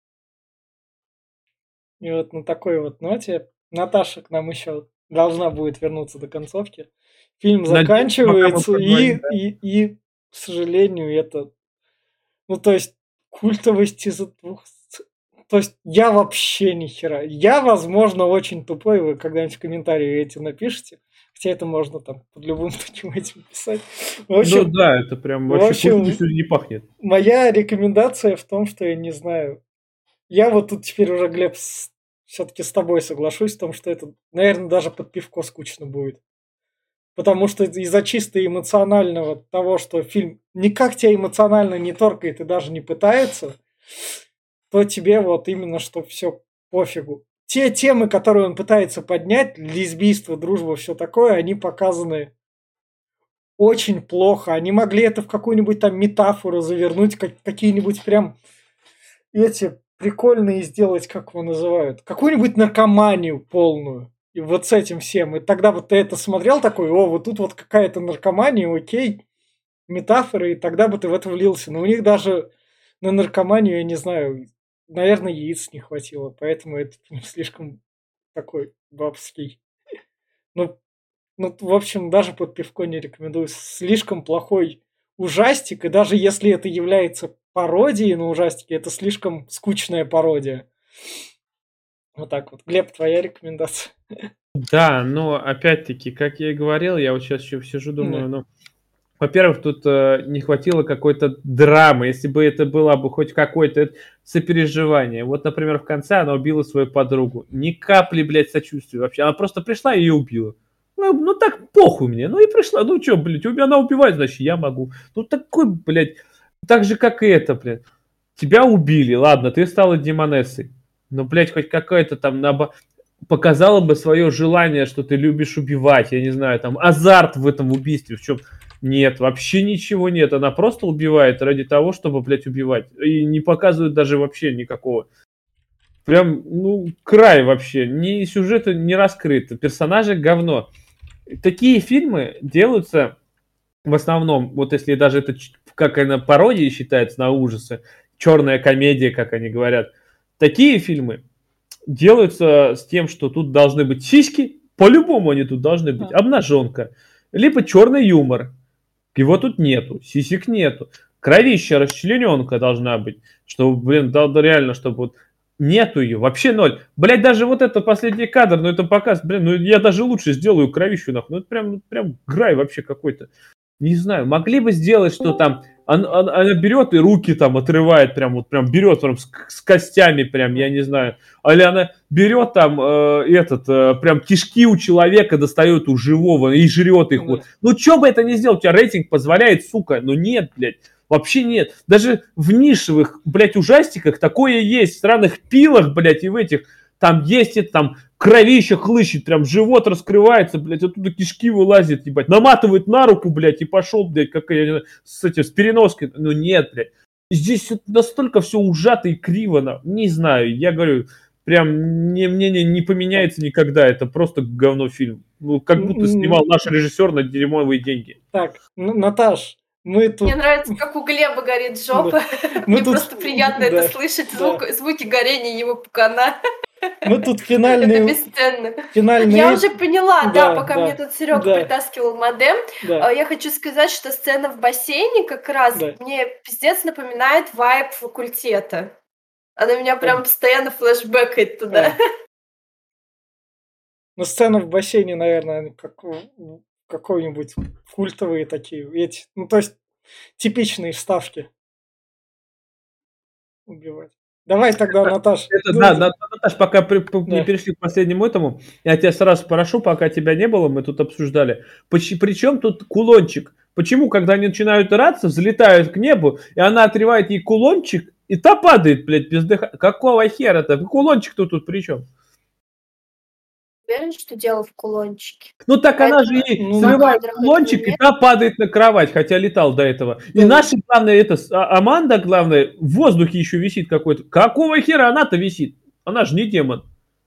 И вот на такой вот ноте Наташа к нам еще должна будет вернуться до концовки. Фильм заканчивается, и, к сожалению, это... Ну, то есть, культовость из-за двух... То есть, я вообще ни хера. Я, возможно, очень тупой, вы когда-нибудь в комментарии эти напишите. Хотя это можно там под любым таким этим писать. В Ну общем, да, это прям в вообще общем, культурой сегодня не пахнет. моя рекомендация в том, что я не знаю. Я вот тут теперь уже, Глеб, все-таки с тобой соглашусь в том, что это, наверное, даже под пивко скучно будет. Потому что из-за чисто эмоционального того, что фильм никак тебя эмоционально не торкает и даже не пытается, то тебе вот именно что все пофигу. Те темы, которые он пытается поднять, лесбийство, дружба, все такое, они показаны очень плохо. Они могли это в какую-нибудь там метафору завернуть, какие-нибудь прям эти прикольные сделать, как его называют, какую-нибудь наркоманию полную. И вот с этим всем. И тогда вот ты это смотрел такой, о, вот тут вот какая-то наркомания, окей, метафоры, и тогда бы ты в это влился. Но у них даже на наркоманию, я не знаю, наверное, яиц не хватило, поэтому это слишком такой бабский. Ну, в общем, даже под пивко не рекомендую. Слишком плохой ужастик, и даже если это является пародией на ужастики, это слишком скучная пародия. Вот так вот. Глеб, твоя рекомендация? Да, но опять-таки, как я и говорил, я вот сейчас еще сижу, думаю, Да. ну, во-первых, тут не хватило какой-то драмы, если бы это было бы хоть какое-то сопереживание. Вот, например, в конце она убила свою подругу. Ни капли, блядь, сочувствия вообще. Она просто пришла и ее убила. Ну так похуй мне. Ну и пришла. Ну что, блядь, она убивает, значит, я могу. Ну такой, блядь, так же, как и это, блядь. Тебя убили, ладно, ты стала демонессой. Но, блядь, хоть какая-то там показала бы свое желание, что ты любишь убивать, я не знаю, там, азарт в этом убийстве, в чем... Нет, вообще ничего нет. Она просто убивает ради того, чтобы, блядь, убивать. И не показывает даже вообще никакого. Прям, ну, край вообще. Ни сюжета не раскрыто. Персонажи говно. Такие фильмы делаются в основном, вот если даже это как она пародия считается на ужасы, черная комедия, как они говорят. Такие фильмы делаются с тем, что тут должны быть сиськи, по-любому они тут должны быть, обнаженка, либо черный юмор. Его тут нету, сисек нету. Кровища, расчлененка должна быть. Что, блин, да, реально, чтобы вот нету ее, вообще ноль. Блять, даже вот это последний кадр, ну это показ, блин, ну я даже лучше сделаю кровищу, нахуй. Ну это прям грай вообще какой-то. Не знаю, могли бы сделать, что там она берет и руки там отрывает, прям вот прям берет прям с костями, прям, я не знаю. Или она берет там прям кишки у человека достает у живого и жрет их. Вот. Ну, что бы это ни сделал, у тебя рейтинг позволяет, сука. Но нет, блядь. Вообще нет. Даже в нишевых, блядь, ужастиках такое есть. В странных пилах, блядь, и в этих. Там есть это, там кровища хлыщет, прям живот раскрывается, блядь, оттуда кишки вылазят, ебать. Наматывает на руку, блядь, и пошел, блядь, как я не знаю, с переноской. Ну нет, блядь. Здесь настолько все ужато и криво, не знаю, я говорю, прям мнение не поменяется никогда, это просто говно фильм. Ну, как будто снимал наш режиссер на дерьмовые деньги. Так, Наташ, мы тут... Мне нравится, как у Глеба горит жопа. Мне просто приятно это слышать, звуки горения его пукана. Мы тут финальные... Это бесценно. Я уже поняла, да, пока мне тут Серега притаскивал модем. Я хочу сказать, что сцена в бассейне как раз мне пиздец напоминает вайб факультета. Она меня прям постоянно флешбэкает туда. Ну, сцена в бассейне, наверное, как какой-нибудь культовые такие. Эти, ну, то есть типичные вставки. Убивать. Давай тогда, Наташ. Наташ, пока не перешли к последнему этому, я тебя сразу спрошу, пока тебя не было, мы тут обсуждали. Причем тут кулончик? Почему, когда они начинают драться, взлетают к небу, и она отрывает ей кулончик, и та падает, блядь, без дыхания? Какого хера-то? Кулончик-то тут при чем? Уверен, что дело в кулончике. Ну так она же и срывает кулончик, и та падает на кровать, хотя летал до этого. И наша главная, Аманда, главное, в воздухе еще висит какой-то. Какого хера она-то висит? Она же не демон.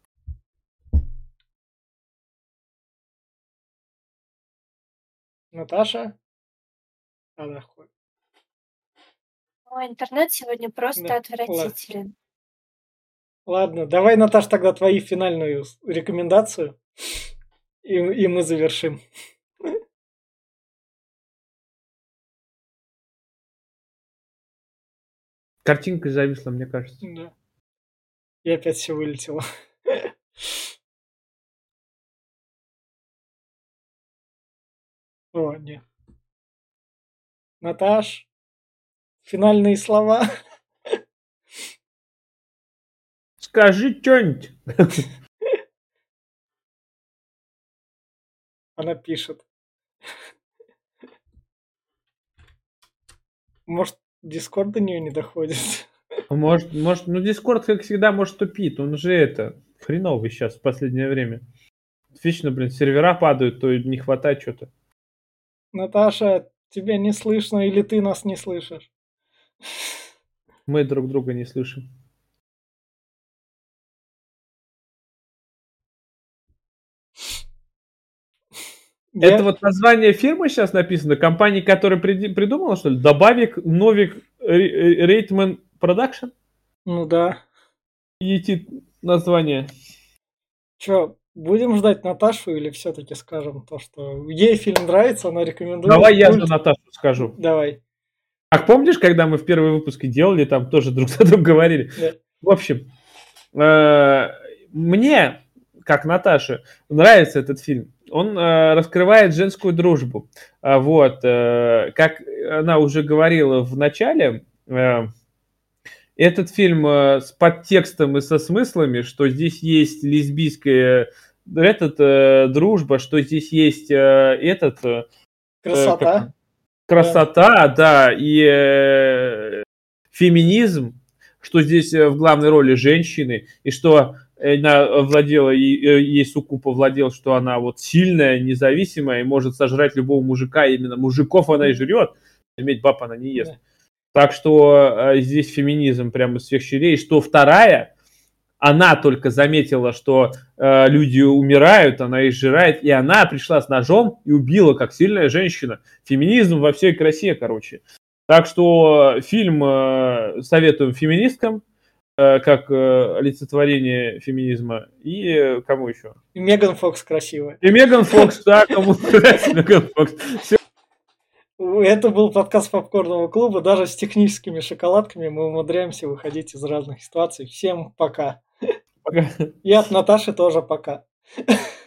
Наташа? Она ходит. Ой, интернет сегодня просто отвратителен. Ладно, давай, Наташ, тогда твою финальную рекомендацию, и мы завершим. Картинка зависла, мне кажется. Да. И опять все вылетело. О, нет. Наташ, финальные слова. Скажи что-нибудь. Она пишет. Может, Дискорд до нее не доходит? Может, ну Дискорд, как всегда, может тупит. Он же это хреновый сейчас в последнее время. Вечно, блин, сервера падают, то не хватает что-то. Наташа, тебя не слышно или ты нас не слышишь? Мы друг друга не слышим. Это вот название фирмы сейчас написано, компании, которая придумала, что ли? Добавик Новик Рейтман Продакшн? Ну да. И название. Че, будем ждать Наташу или все-таки скажем то, что ей фильм нравится, она рекомендует? Давай я за Наташу скажу. Давай. Ах, помнишь, когда мы в первые выпуски делали, там тоже друг за другом говорили? Да. В общем, мне, как Наташе, нравится этот фильм. Он раскрывает женскую дружбу. Вот, как она уже говорила в начале, этот фильм с подтекстом и со смыслами, что здесь есть лесбийская дружба, что здесь есть Красота. Красота, да, и феминизм, что здесь в главной роли женщины, и что она владела, ей суккуб овладел, что она вот сильная, независимая и может сожрать любого мужика, именно мужиков она и жрет, иметь баб она не ест. Да. Так что здесь феминизм прямо из всех щелей, что вторая, она только заметила, что люди умирают, она их сжирает, и она пришла с ножом и убила, как сильная женщина. Феминизм во всей красе, короче. Так что фильм советуем феминисткам, как олицетворение феминизма. И кому еще? И Меган Фокс красивая. И Меган Фокс, да, кому нравится Меган Фокс. Все. Это был подкаст Попкорного клуба. Даже с техническими шоколадками мы умудряемся выходить из разных ситуаций. Всем пока. Пока. И от Наташи тоже пока.